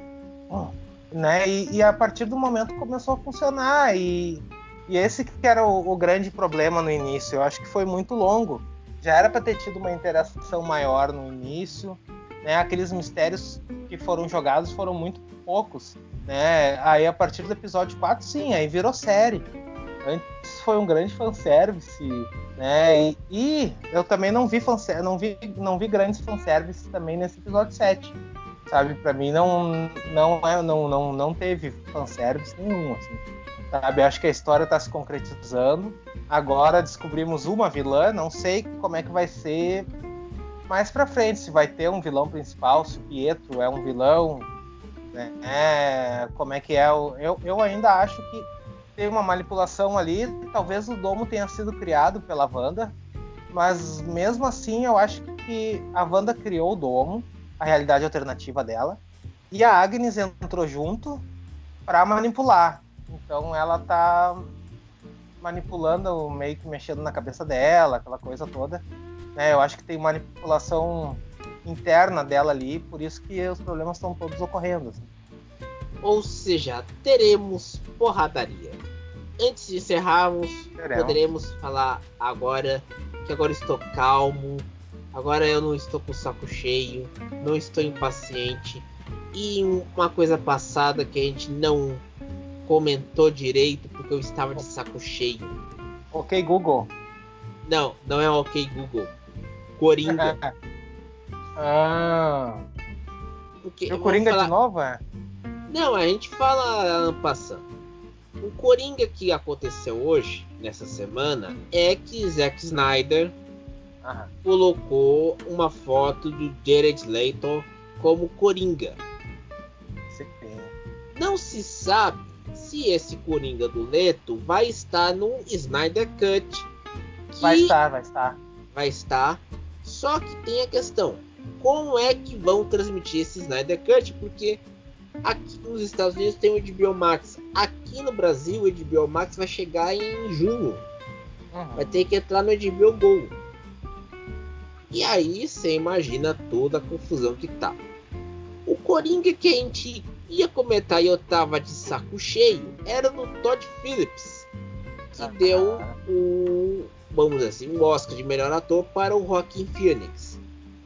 Né? E, e a partir do momento começou a funcionar e, e esse que era o, o grande problema no início. Eu acho que foi muito longo, já era para ter tido uma interação maior no início, né? Aqueles mistérios que foram jogados foram muito poucos, né? Aí a partir do episódio quatro, sim, aí virou série. Antes foi um grande fanservice, né? E, e eu também não vi fanservice, não vi, não vi grandes fanservices também nesse episódio sete. Sabe, pra mim não, não, não, não, não teve fanservice nenhum, assim, sabe, acho que a história tá se concretizando, agora descobrimos uma vilã, não sei como é que vai ser mais pra frente, se vai ter um vilão principal, se o Pietro é um vilão, né, é, como é que é, eu, eu ainda acho que tem uma manipulação ali, talvez o domo tenha sido criado pela Wanda, mas mesmo assim eu acho que a Wanda criou o domo, a realidade alternativa dela, e a Agnes entrou junto para manipular. Então ela tá manipulando, meio que mexendo na cabeça dela, aquela coisa toda, né? Eu acho que tem manipulação interna dela ali, por isso que os problemas estão todos ocorrendo, assim. Ou seja, teremos porradaria. Antes de encerrarmos, teremos. Poderemos falar agora que agora estou calmo. Agora eu não estou com o saco cheio, não estou impaciente. E uma coisa passada que a gente não comentou direito porque eu estava de saco cheio. Ok, Google. Não, não é ok, Google. Coringa. ah. Porque, o Coringa falar... de novo, é? Não, a gente fala passando. O Coringa que aconteceu hoje, nessa semana, é que Zack Snyder... Aham. Colocou uma foto do Jared Leto como Coringa. Sim. Não se sabe se esse Coringa do Leto vai estar no Snyder Cut. Que vai estar, vai estar. Vai estar. Só que tem a questão: como é que vão transmitir esse Snyder Cut? Porque aqui nos Estados Unidos tem o H B O Max. Aqui no Brasil o H B O Max vai chegar em junho. Uhum. Vai ter que entrar no H B O Go. E aí você imagina toda a confusão que tá. O Coringa que a gente ia comentar e eu tava de saco cheio era do Todd Phillips, que ah, deu o, vamos dizer assim, um Oscar de melhor ator para o Joaquin Phoenix.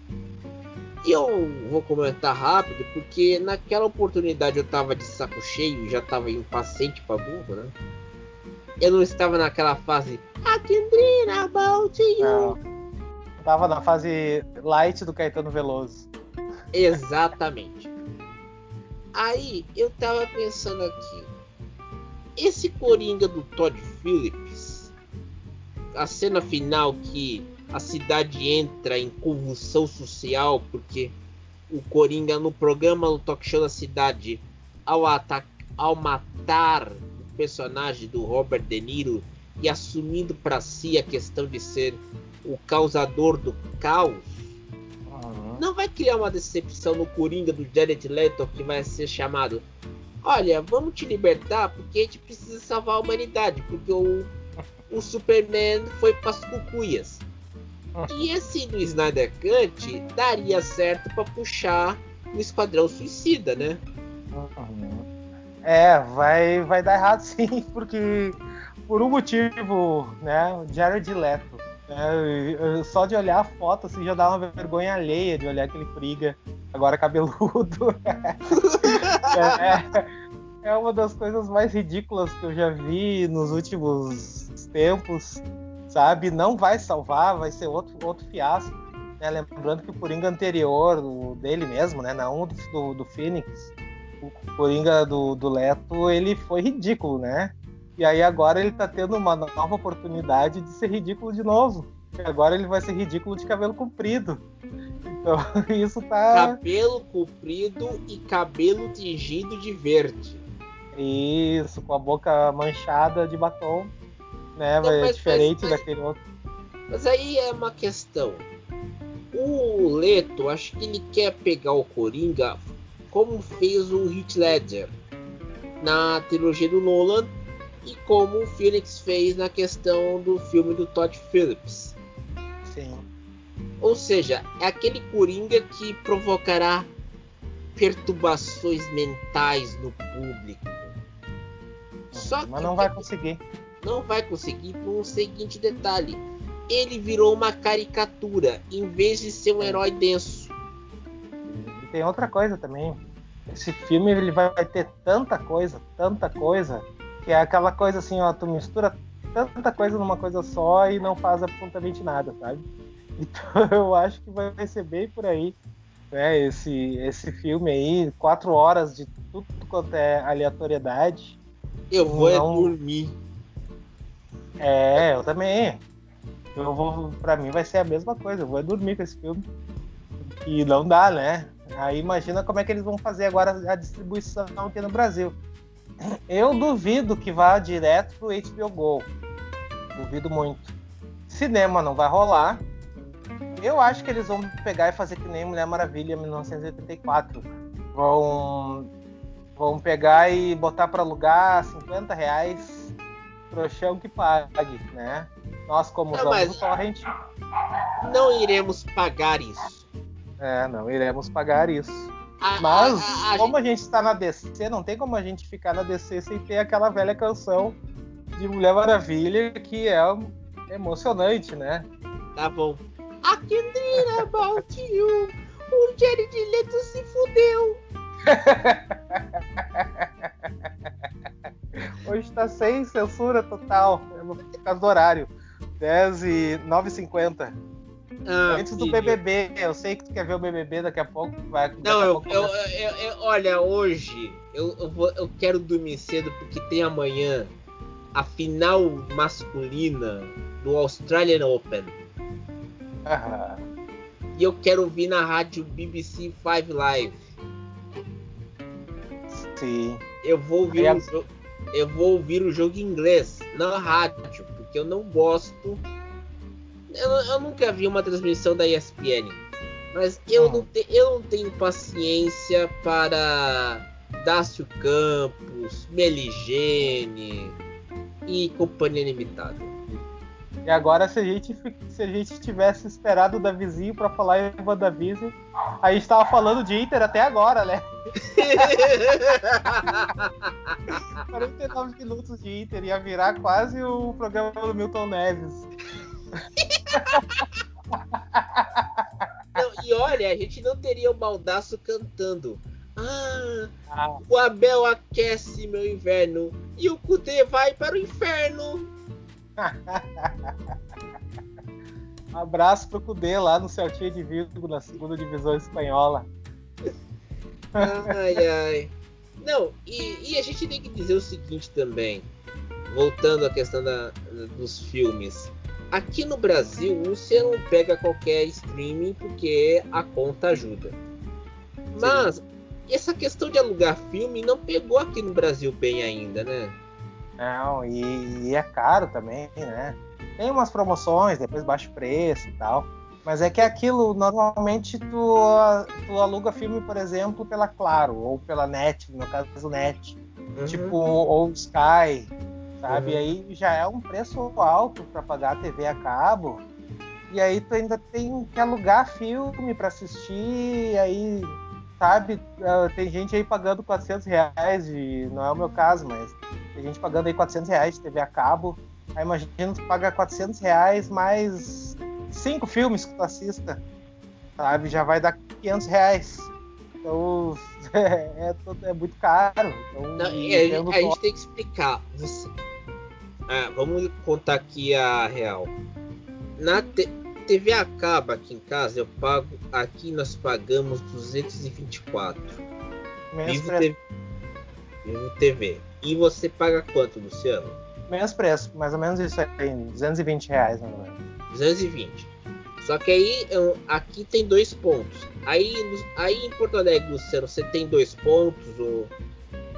E eu vou comentar rápido porque naquela oportunidade eu tava de saco cheio, já tava impaciente pra burro, né? Eu não estava naquela fase I can dream about you. Não. Tava na fase light do Caetano Veloso. Exatamente. Aí eu tava pensando aqui. Esse Coringa do Todd Phillips, a cena final que a cidade entra em convulsão social porque o Coringa no programa do talk show da cidade, ao, atac- ao matar o personagem do Robert De Niro e assumindo para si a questão de ser o causador do caos, uhum. Não vai criar uma decepção no Coringa do Jared Leto que vai ser chamado: olha, vamos te libertar porque a gente precisa salvar a humanidade, porque o, o Superman foi pras cucuias. Uhum. E esse do Snyder Cut daria certo para puxar o Esquadrão Suicida, né? Uhum. É, vai, vai dar errado sim, porque por um motivo, né, o Jared Leto. É, só de olhar a foto assim, já dá uma vergonha alheia de olhar aquele Coringa agora cabeludo. é, é uma das coisas mais ridículas que eu já vi nos últimos tempos, sabe? Não vai salvar, vai ser outro, outro fiasco, né? Lembrando que o Coringa anterior, o dele mesmo, né? Não do, do, do Phoenix, o Coringa do, do Leto, ele foi ridículo, né? E aí agora ele tá tendo uma nova oportunidade de ser ridículo de novo. E agora ele vai ser ridículo de cabelo comprido. Então isso tá... Cabelo comprido e cabelo tingido de verde. Isso, com a boca manchada de batom, né? Não, é mas- diferente mas- mas- daquele outro. Mas aí é uma questão. O Leto, acho que ele quer pegar o Coringa como fez o Heath Ledger na trilogia do Nolan e como o Phoenix fez na questão do filme do Todd Phillips. Sim. Ou seja, é aquele Coringa que provocará perturbações mentais no público. Só Mas que não vai conseguir. não vai conseguir por um seguinte detalhe. Ele virou uma caricatura em vez de ser um herói denso. E tem outra coisa também. Esse filme ele vai ter tanta coisa, tanta coisa, que é aquela coisa assim, ó, tu mistura tanta coisa numa coisa só e não faz absolutamente nada, sabe? Então eu acho que vai ser bem por aí, né? Esse, esse filme aí, quatro horas de tudo quanto é aleatoriedade. Eu vou é Não. dormir. É, eu também. Eu vou, pra mim vai ser a mesma coisa, eu vou dormir com esse filme. E não dá, né? Aí imagina como é que eles vão fazer agora a distribuição aqui no Brasil. Eu duvido que vá direto pro H B O Go. Duvido muito. Cinema não vai rolar. Eu acho que eles vão pegar e fazer que nem Mulher Maravilha mil novecentos e oitenta e quatro. Vão, vão pegar e botar para alugar cinquenta reais pro chão que pague, né? Nós, como Não, usamos mas- o torrent, Não iremos pagar isso. é, não iremos pagar isso. A- Mas, a- a- a como a gente está na D C, não tem como a gente ficar na D C sem ter aquela velha canção de Mulher Maravilha, que é emocionante, né? gente- Tá bom. I can dream about you. O Jared Leto se fudeu. Hoje tá sem censura total, por causa do horário. dez e nove e cinquenta. Ah, Antes do filho. B B B, eu sei que tu quer ver o B B B daqui a pouco. Vai, daqui Não, a eu, pouco eu, começa. eu- eu- olha, hoje eu, eu, vou, eu quero dormir cedo porque tem amanhã a final masculina do Australian Open. Ah, E eu quero ouvir na rádio B B C Five Live. sim. Eu vou ouvir, Aí o, jo- eu vou ouvir o jogo em inglês na rádio, porque eu não gosto. Eu, eu nunca vi uma transmissão da E S P N, mas eu, Hum. não, te, eu não tenho paciência para Dácio Campos, Meligene e Companhia Limitada. E agora, se a gente, fi- se a gente tivesse esperado o Davizinho pra falar em WandaVision, a gente tava falando de Inter até agora, né? quarenta e nove minutos de Inter, ia virar quase o programa do Milton Neves. Não, e olha, a gente não teria o Baldaço cantando. Ah, Ah, o Abel aquece meu inverno e o Cudê vai para o inferno. um abraço pro Cudê lá no Celtinha de Vigo, na segunda divisão espanhola. Ai, ai. Não, e, e a gente tem que dizer o seguinte também, voltando à questão da, dos filmes. Aqui no Brasil, você não pega qualquer streaming porque a conta ajuda. Mas essa questão de alugar filme não pegou aqui no Brasil bem ainda, né? Não, e, e é caro também, né? Tem umas promoções, depois baixa o preço e tal. Mas é que aquilo, normalmente, tu, tu aluga filme, por exemplo, pela Claro, ou pela Net, no caso do Net. Uhum. Tipo, ou Sky, sabe? Uhum. E aí já é um preço alto para pagar a T V a cabo. E aí tu ainda tem que alugar filme para assistir, e aí, sabe? Uh, tem gente aí pagando quatrocentos reais, de, não é o meu caso, mas tem gente pagando aí quatrocentos reais de T V a cabo. Aí imagina tu paga quatrocentos reais mais cinco filmes que tu assista, sabe? Já vai dar quinhentos reais. Então é, é, todo- é muito caro. Então, Não, e e a, tendo a gente tem que explicar. Você- Ah, vamos contar aqui a real. Na te- T V a cabo aqui em casa, eu pago. Aqui nós pagamos duzentos e vinte e quatro. menos Vivo, preço, T V. Vivo T V. E você paga quanto, Luciano? menos preço, mais ou menos isso aí, duzentos e vinte reais, na verdade. duzentos e vinte. Só que aí eu- aqui tem dois pontos. Aí, no- aí em Porto Alegre, Luciano, você tem dois pontos ou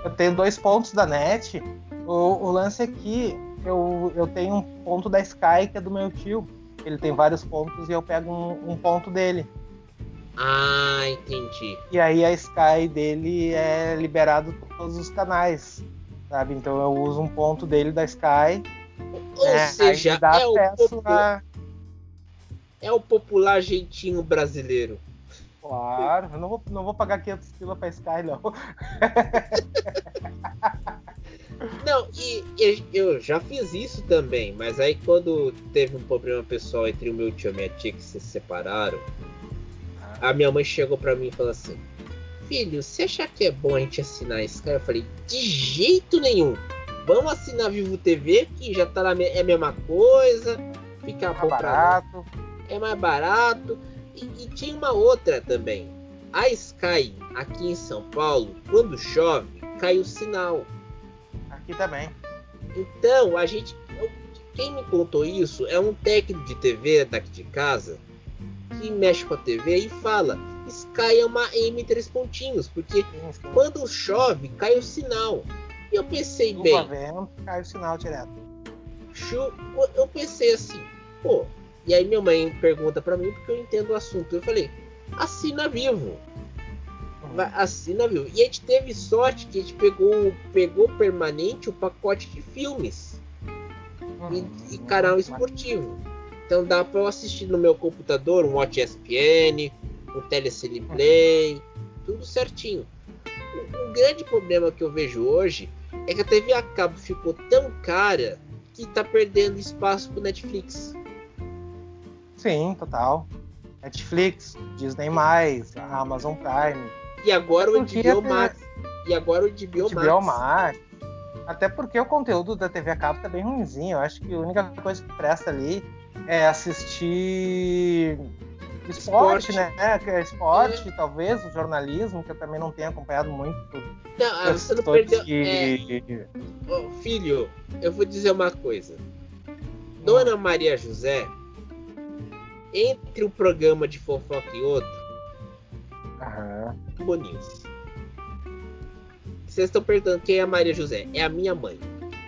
eu tenho dois pontos da net. O, o lance é que eu, eu tenho um ponto da Sky que é do meu tio. Ele tem vários pontos e eu pego um, um ponto dele. Ah, entendi. E aí a Sky dele é liberado todos os canais, sabe? Então eu uso um ponto dele da Sky. Ou é, seja, dá é o, a... é o popular jeitinho brasileiro. Claro, eu não vou, não vou pagar quinhentos pila pra Sky, não. Não, e, e eu já fiz isso também, mas aí quando teve um problema pessoal entre o meu tio e a minha tia que se separaram, a minha mãe chegou pra mim e falou assim: filho, você acha que é bom a gente assinar a Sky? Eu falei, de jeito nenhum. Vamos assinar Vivo T V, que já tá na me- é a mesma coisa, fica Tá bom pra barato. nós. É mais barato. E, e tinha uma outra também. A Sky, aqui em São Paulo, quando chove, cai o sinal. Aqui também. Então, a gente... eu- quem me contou isso é um técnico de T V daqui de casa, que mexe com a T V e fala: Sky é uma M três pontinhos, porque Sim, sim. quando chove, cai o sinal. E eu pensei Chuva, bem, vento, cai o sinal direto. chu- eu pensei assim, pô, e aí minha mãe pergunta pra mim porque eu entendo o assunto. Eu falei, assina Vivo, vai, assina Vivo. E a gente teve sorte que a gente pegou, pegou permanente o pacote de filmes e, e canal esportivo. Então dá pra eu assistir no meu computador um Watch E S P N, um Telecine Play, tudo certinho. O, o grande problema que eu vejo hoje é que a T V a cabo ficou tão cara que tá perdendo espaço pro Netflix. Sim, total. Netflix, Disney+, Amazon Prime. E agora o Porque H B O a T V Max. E agora o H B O H B O Max. Max. Até porque o conteúdo da T V a cabo tá bem ruimzinho. Eu acho que a única coisa que presta ali é assistir esporte, Esporte. né? Que é esporte, talvez, o jornalismo, que eu também não tenho acompanhado muito. Não, ah, você não questões perdeu. de- É, ó, filho, eu vou dizer uma coisa. Dona Maria José, entre um programa de fofoca e outro, Aham. Globo News. Vocês estão perguntando quem é a Maria José? É a minha mãe.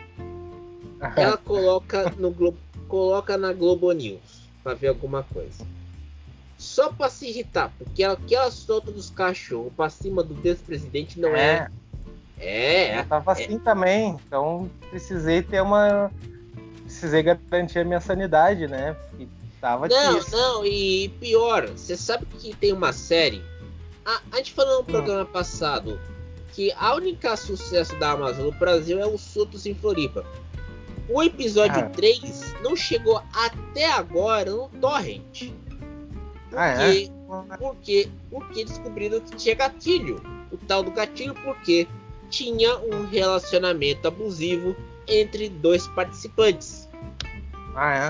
Ela coloca no Globo, coloca na Globo News pra ver alguma coisa. Só pra se irritar, porque ela que ela solta dos cachorros pra cima do despresidente não é. É, Eu tava assim também, então precisei ter uma. Precisei garantir a minha sanidade, né? Porque tava Não, difícil. não, e pior, você sabe que tem uma série. A, a gente falou no programa passado que a única sucesso da Amazon no Brasil é o Soltos em Floripa. O episódio Ah. três não chegou até agora no Torrent. Por Ah, é? quê? Porque, porque descobriram que tinha gatilho. O tal do gatilho porque tinha um relacionamento abusivo entre dois participantes. Ah, é?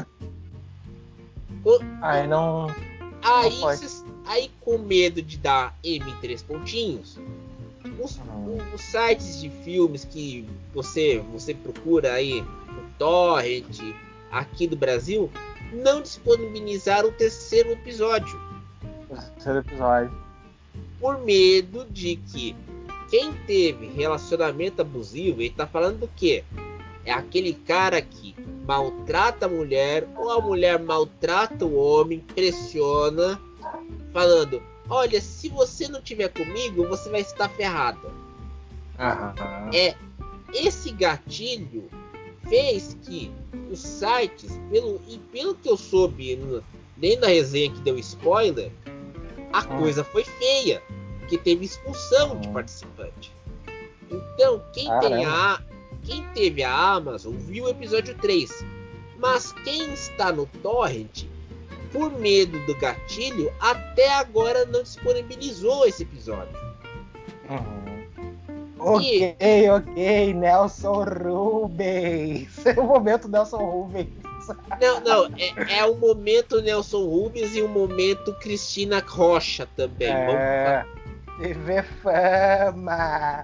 O- Aí não. Aí, Não pode. cês- aí com medo de dar M três pontinhos, os, Uhum. os sites de filmes que você, você procura aí no Torrent, aqui do Brasil, não disponibilizaram o terceiro episódio. O terceiro episódio. Por medo de que quem teve relacionamento abusivo, ele tá falando do quê? É aquele cara que maltrata a mulher, ou a mulher maltrata o homem, pressiona, falando: olha, se você não tiver comigo, você vai estar ferrada. Aham. É, esse gatilho fez que os sites, pelo, e pelo que eu soube no- dentro da resenha que deu spoiler, a Hum. coisa foi feia, que teve expulsão de Hum. participante. Então, quem, tem Caramba. a, quem teve a Amazon viu o episódio três, mas quem está no Torrent, por medo do gatilho, até agora não disponibilizou esse episódio. Uhum. Ok, ok, Nelson Rubens. É o momento Nelson Rubens. Não, não, é, é o momento Nelson Rubens e o momento Cristina Rocha também. É, T V Fama.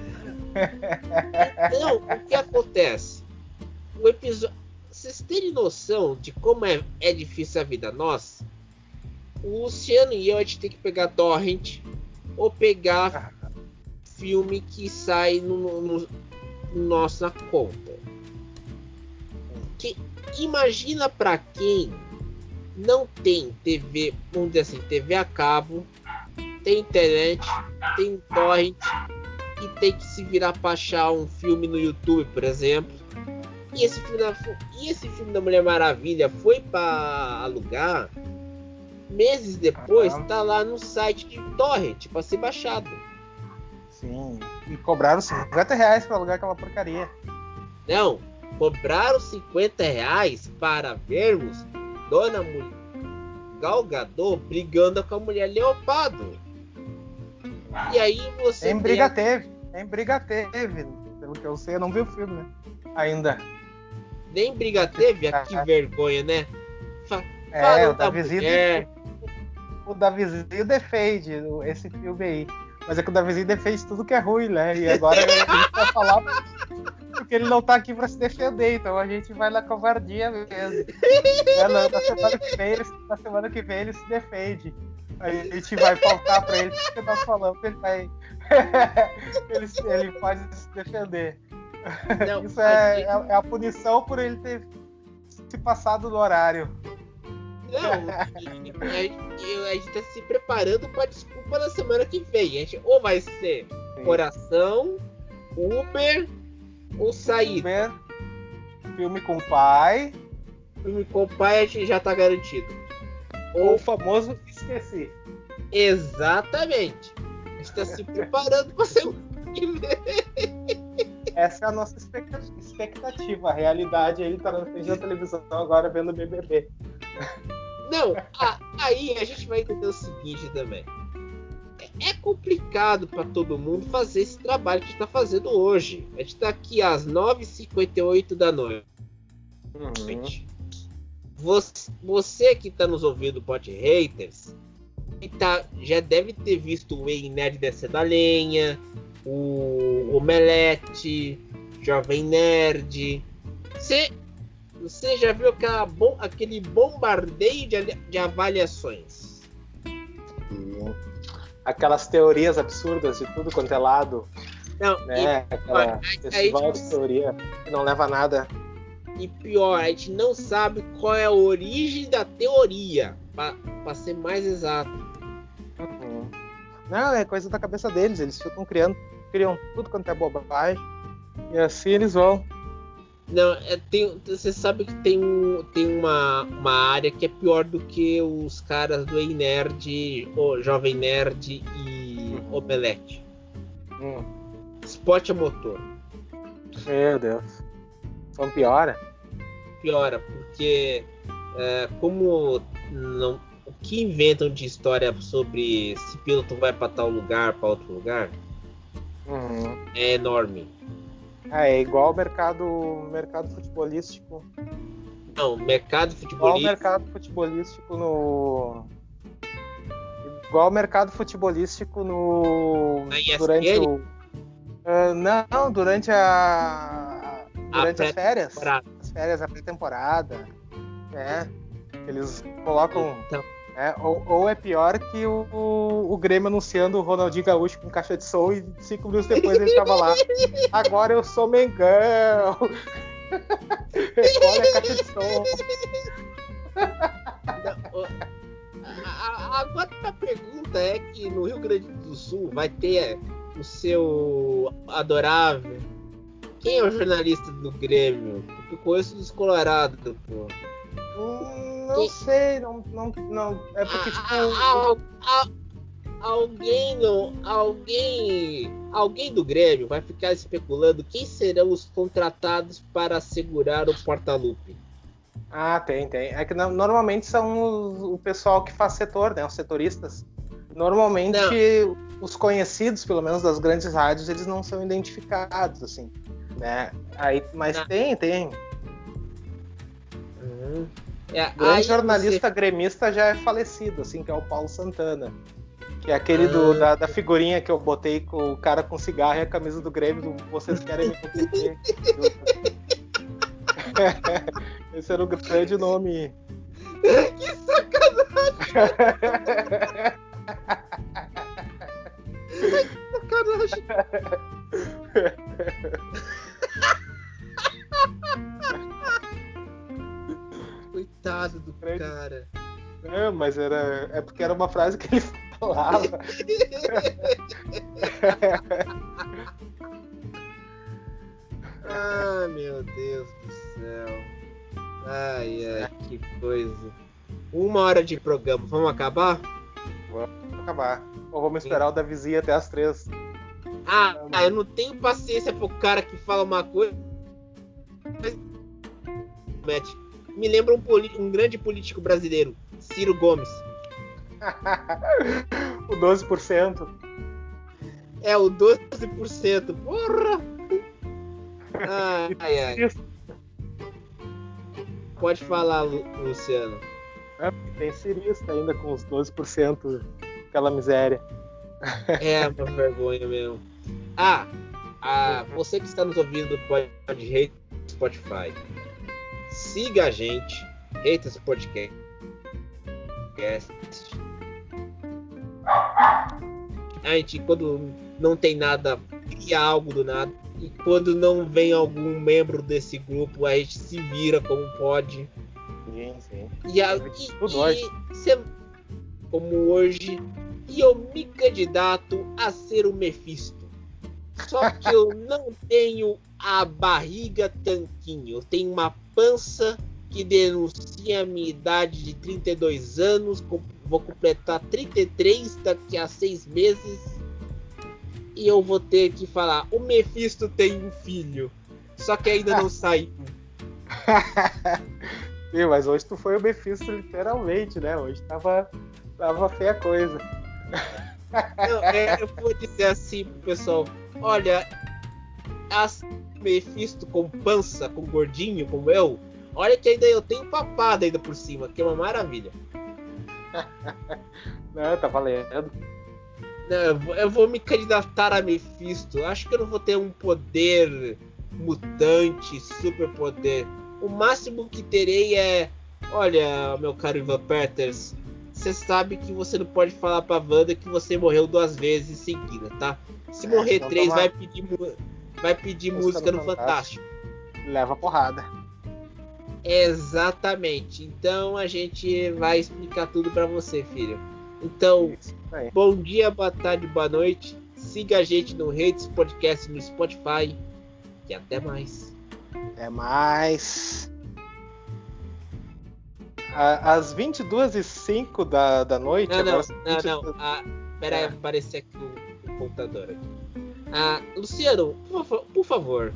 Então, o que acontece? O episódio. Vocês terem noção de como é, é difícil a vida nossa? O Luciano e eu, a gente tem que pegar torrent ou pegar filme que sai no, no, no nossa conta. Que, imagina pra quem não tem T V, vamos dizer assim, T V a cabo, tem internet, tem torrent e tem que se virar pra achar um filme no YouTube, por exemplo. E esse filme da, e esse filme da Mulher Maravilha foi pra alugar. Meses depois, ah, tá lá no site de torrent pra ser baixado. Sim, e cobraram cinquenta reais pra alugar aquela porcaria. Não, cobraram cinquenta reais para vermos Dona Gal Gadot brigando com a mulher Leopardo. E aí você... Nem briga a... teve, nem briga teve. Pelo que eu sei, eu não vi o filme, né? Ainda. Nem briga teve? Ah, que vergonha, né? Fa- é, o Davizinho, de... o Davizinho defende esse filme aí. Mas é que o Davizinho defende tudo que é ruim, né? E agora a gente vai falar porque ele não tá aqui pra se defender, então a gente vai na covardia mesmo. É, na, na, semana que vem, ele, na semana que vem ele se defende. Aí a gente vai faltar pra ele porque nós falamos que ele vai. ele, ele pode se defender. Não, Isso é, gente... é, é a punição por ele ter se passado no horário. Não, a gente, a gente tá se preparando pra desculpa na semana que vem. A gente, ou vai ser Sim. Coração, Uber ou Saída. Uber, filme com pai. Filme com pai a gente já tá garantido. Ou o famoso Esqueci. Exatamente. A gente tá se preparando pra semana que vem. Essa é a nossa expectativa. A realidade, ele tá na frente da televisão agora vendo o B B B. Não, a, aí a gente vai entender o seguinte também. É complicado para todo mundo fazer esse trabalho que a gente tá fazendo hoje. A gente tá aqui às nove e cinquenta e oito da noite. Uhum. Você, você que tá nos ouvindo, Pod Haters, tá, já deve ter visto o Ei Nerd Descer da Lenha, o Omelete, Jovem Nerd. Você, você já viu aquela bom, aquele bombardeio de, de avaliações? Sim. Aquelas teorias absurdas de tudo quanto é lado. Não, né? e, Aquela festival de teoria que não leva a nada. E pior, a gente não sabe qual é a origem da teoria, para ser mais exato. Uhum. Não, é coisa da cabeça deles, eles ficam criando, criam tudo quanto é bobagem, e assim eles vão. Não, é, tem, você sabe que tem, um, tem uma, uma área que é pior do que os caras do Ei Nerd, o Jovem Nerd e uhum. Omelete. Uhum. Spot a motor. Meu Deus. São piora? Piora, porque é, como não, o que inventam de história sobre se piloto vai para tal lugar, para outro lugar, uhum. é enorme. Ah, é igual o mercado, mercado futebolístico. Não, mercado futebolístico. Igual o mercado futebolístico no. Igual o mercado futebolístico no. Durante o. Uh, não, durante a. Durante as férias. As férias, a pré-temporada. Né? Eles colocam. Então. É, ou, ou é pior que o, o, o Grêmio anunciando o Ronaldinho Gaúcho com caixa de som e cinco minutos depois ele estava lá. Agora eu sou Mengão. Olha a caixa de som. Não, agora a pergunta é que no Rio Grande do Sul vai ter o seu adorável. Quem é o jornalista do Grêmio? Porque eu conheço dos Colorados, pô. Hum, não Quem... sei, não, não, não. É porque tipo. A, a, a, alguém, não, alguém, alguém do Grêmio vai ficar especulando quem serão os contratados para segurar o porta-lupe. Ah, tem, tem. É que normalmente são os, o pessoal que faz setor, né? Os setoristas. Normalmente não. Os conhecidos, pelo menos das grandes rádios, eles não são identificados, assim, né? Aí, mas não. tem, tem. Uhum. É, o grande jornalista você... gremista já é falecido, assim, que é o Paulo Santana. Que é aquele ah. do, da, da figurinha que eu botei com o cara com cigarro e a camisa do Grêmio do Vocês Querem Me Competir. Esse era o grande nome. Que sacanagem! Que sacanagem! Coitado do cara. É, mas era, é porque era uma frase que ele falava. Ah, meu Deus do céu. Ai, ai, que coisa. Uma hora de programa, vamos acabar? Vamos acabar. Ou vamos esperar o da vizinha até as três. Ah, ah, eu não tenho paciência pro cara que fala uma coisa. Me lembra um, poli- um grande político brasileiro, Ciro Gomes. O doze por cento. É, o doze por cento. Porra! Ai, ai, ai. Pode falar, Lu- Luciano. É, tem cirista ainda com os doze por cento. Aquela miséria. É uma vergonha mesmo. Ah, ah, você que está nos ouvindo pode rate Spotify. Siga a gente, rate esse podcast. A gente, quando não tem nada, cria algo do nada. E quando não vem algum membro desse grupo, a gente se vira como pode. Sim, sim. E, a, e, e cê, como hoje, e eu me candidato a ser o Mephisto. Só que eu não tenho a barriga tanquinho. Eu tenho uma pança que denuncia a minha idade de trinta e dois anos. Vou completar trinta e três daqui a seis meses. E eu vou ter que falar: o Mephisto tem um filho. Só que ainda não saiu. Sim, mas hoje tu foi o Mephisto literalmente, né? Hoje tava, tava feia a coisa. Não, é, eu vou dizer assim pro pessoal: olha, as Mephisto com pança, com gordinho, como eu, olha que ainda eu tenho papada ainda por cima, que é uma maravilha. Não, tá valendo. Não, eu, vou, eu vou me candidatar a Mephisto. Acho que eu não vou ter um poder mutante, super poder. O máximo que terei é: olha, meu caro Ivan Peters, você sabe que você não pode falar pra Wanda que você morreu duas vezes em seguida, tá? Se É, morrer então três, toma- vai pedir, mu- vai pedir música, Música no no Fantástico. Leva porrada. Exatamente. Então a gente vai explicar tudo pra você, filho. Então, Isso aí. bom dia, boa tarde, boa noite. Siga a gente no Redes Podcast no Spotify. E até mais. Até mais. A- Às vinte e duas e cinco da, da noite. Não, não, agora são não, vinte e não. duas. Ah, pera aí, É. aparecer aqui o, o computador aqui. Ah, Luciano, por, fa- por favor.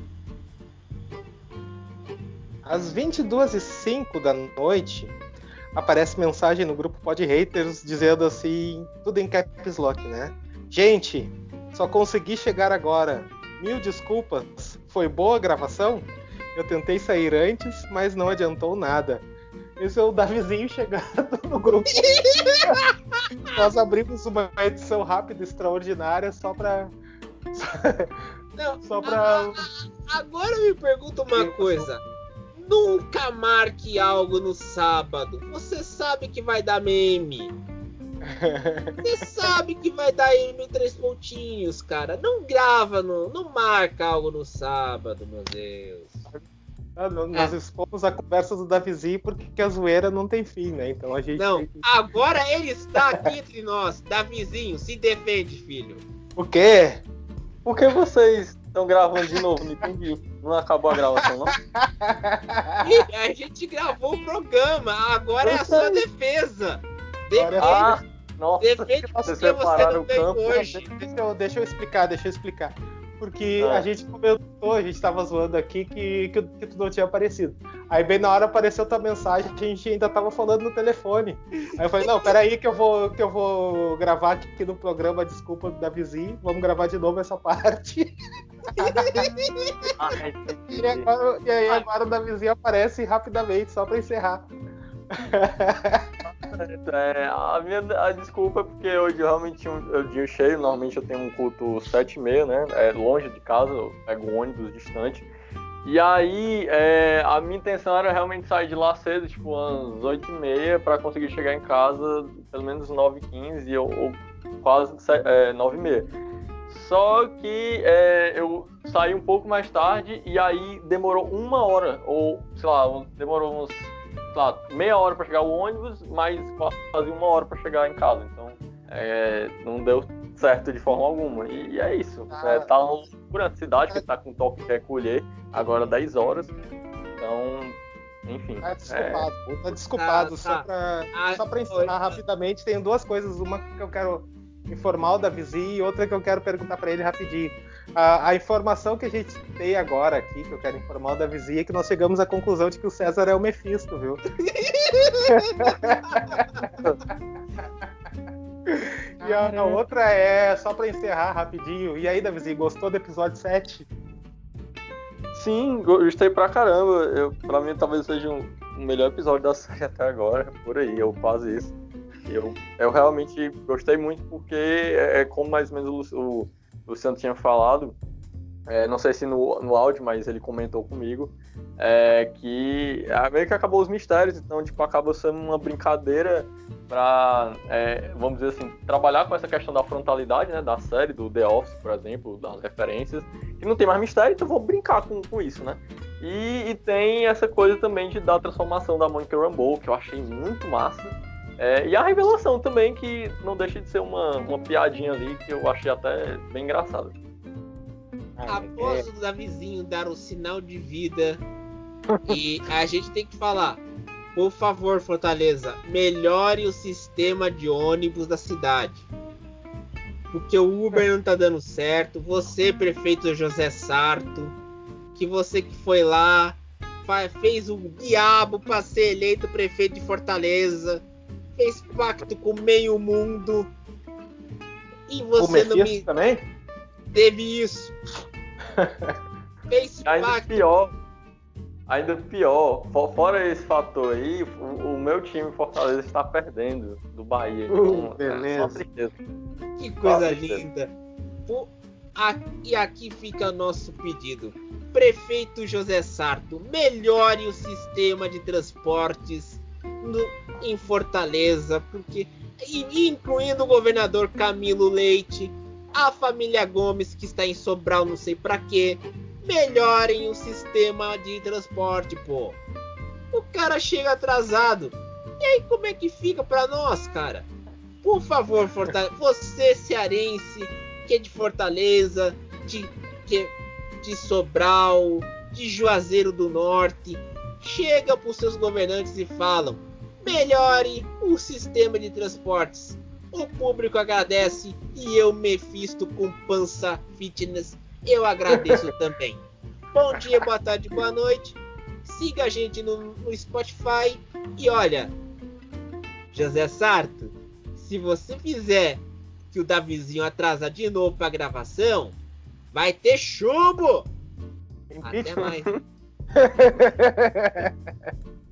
Às vinte e duas e cinco da noite, aparece mensagem no grupo Pod Haters dizendo assim, tudo em caps lock, né? Gente, só consegui chegar agora. Mil desculpas. Foi boa a gravação? Eu tentei sair antes, mas não adiantou nada. Esse é o Davizinho chegando no grupo. Nós abrimos uma edição rápida, extraordinária, só pra... Não, Só pra... a- a- agora me pergunta uma coisa. Nunca marque algo no sábado. Você sabe que vai dar meme. Você sabe que vai dar M três pontinhos, cara. Não grava, no, não marca algo no sábado, meu Deus. Ah, não, nós É. expomos a conversa do Davizinho porque a zoeira não tem fim, né? Então a gente... Não, agora ele está aqui entre nós. Davizinho, se defende, filho. O quê? Por que vocês estão gravando de novo? Não entendi. Não acabou a gravação, não? E a gente gravou o programa. Agora é a sua defesa. Agora é- Defende, Ah, nossa. defende porque Vocês você separaram não o veio campo. hoje. Deixa eu, deixa eu explicar, deixa eu explicar. Porque Ah. a gente comentou, a gente tava zoando aqui que, que, que tu não tinha aparecido. Aí bem na hora apareceu tua mensagem, a gente ainda tava falando no telefone. Aí eu falei, não, peraí que eu vou, que eu vou gravar aqui no programa Desculpa da Vizinho, vamos gravar de novo essa parte. Ah, E, agora, e aí agora o da Vizinho aparece rapidamente, só pra encerrar. É, a minha a desculpa é porque hoje eu realmente tinha um, eu dia cheio. Normalmente eu tenho um culto sete e meia, né? É longe de casa, eu pego um ônibus distante. E aí, é, a minha intenção era realmente sair de lá cedo, tipo umas oito e meia, pra conseguir chegar em casa pelo menos nove e quinze ou, ou quase é, nove e meia. Só que é, eu saí um pouco mais tarde e aí demorou uma hora, ou sei lá, demorou uns, sei lá, meia hora para chegar o ônibus, mas quase uma hora para chegar em casa. Então é, não deu certo de forma alguma. E, e é isso. Ah, é, tá por a cidade que tá com toque de recolher, agora dez horas. Então, enfim. Tá desculpado, é... tá desculpado. Ah, só tá. pra, ah, só pra encerrar foi. rapidamente, tenho duas coisas. Uma que eu quero informar o Davizinho e outra que eu quero perguntar pra ele rapidinho. A, a informação que a gente tem agora aqui, que eu quero informar o Davizinho, é que nós chegamos à conclusão de que o César é o Mephisto, viu? E a, a outra é, só pra encerrar rapidinho. E aí, Davizinho, gostou do episódio sete? Sim, gostei pra caramba. Eu, pra mim, talvez seja um, o melhor episódio da série até agora. Por aí, eu quase isso. Eu, eu realmente gostei muito porque, é como mais ou menos o, o Luciano tinha falado, é, não sei se no, no áudio, mas ele comentou comigo, é, que meio que acabou os mistérios, então tipo, acaba sendo uma brincadeira para, é, vamos dizer assim, trabalhar com essa questão da frontalidade, né, da série, do The Office, por exemplo, das referências, que não tem mais mistério, então vou brincar com, com isso, né? E, e tem essa coisa também de, da transformação da Monica Rambeau, que eu achei muito massa. É, e a revelação também, que não deixa de ser uma, uma piadinha ali, que eu achei até bem engraçada. Após o Davizinho dar o sinal de vida, e a gente tem que falar, por favor, Fortaleza, melhore o sistema de ônibus da cidade. Porque o Uber não tá dando certo. Você, prefeito José Sarto, que você que foi lá, fez o diabo para ser eleito prefeito de Fortaleza, fez pacto com meio mundo, e você o não me também teve isso. Fez ainda pacto. pior, ainda pior. Fora esse fator aí, o, o meu time Fortaleza está perdendo do Bahia. Uh, então, beleza. É que coisa linda. Por, a, e aqui fica o nosso pedido. Prefeito José Sarto, melhore o sistema de transportes no, em Fortaleza, porque incluindo o governador Camilo Leite, a família Gomes que está em Sobral, não sei pra quê, melhorem o sistema de transporte, pô. O cara chega atrasado, e aí como é que fica pra nós, cara? Por favor, Fortaleza, você cearense, que é de Fortaleza, de, que, de Sobral, de Juazeiro do Norte, chega pros seus governantes e falam: melhore o sistema de transportes. O público agradece e eu, Mephisto com pança fitness, eu agradeço também. Bom dia, boa tarde, boa noite. Siga a gente no, no Spotify. E olha, José Sarto, se você fizer que o Davizinho atrasar de novo pra gravação, vai ter chumbo. Até mais.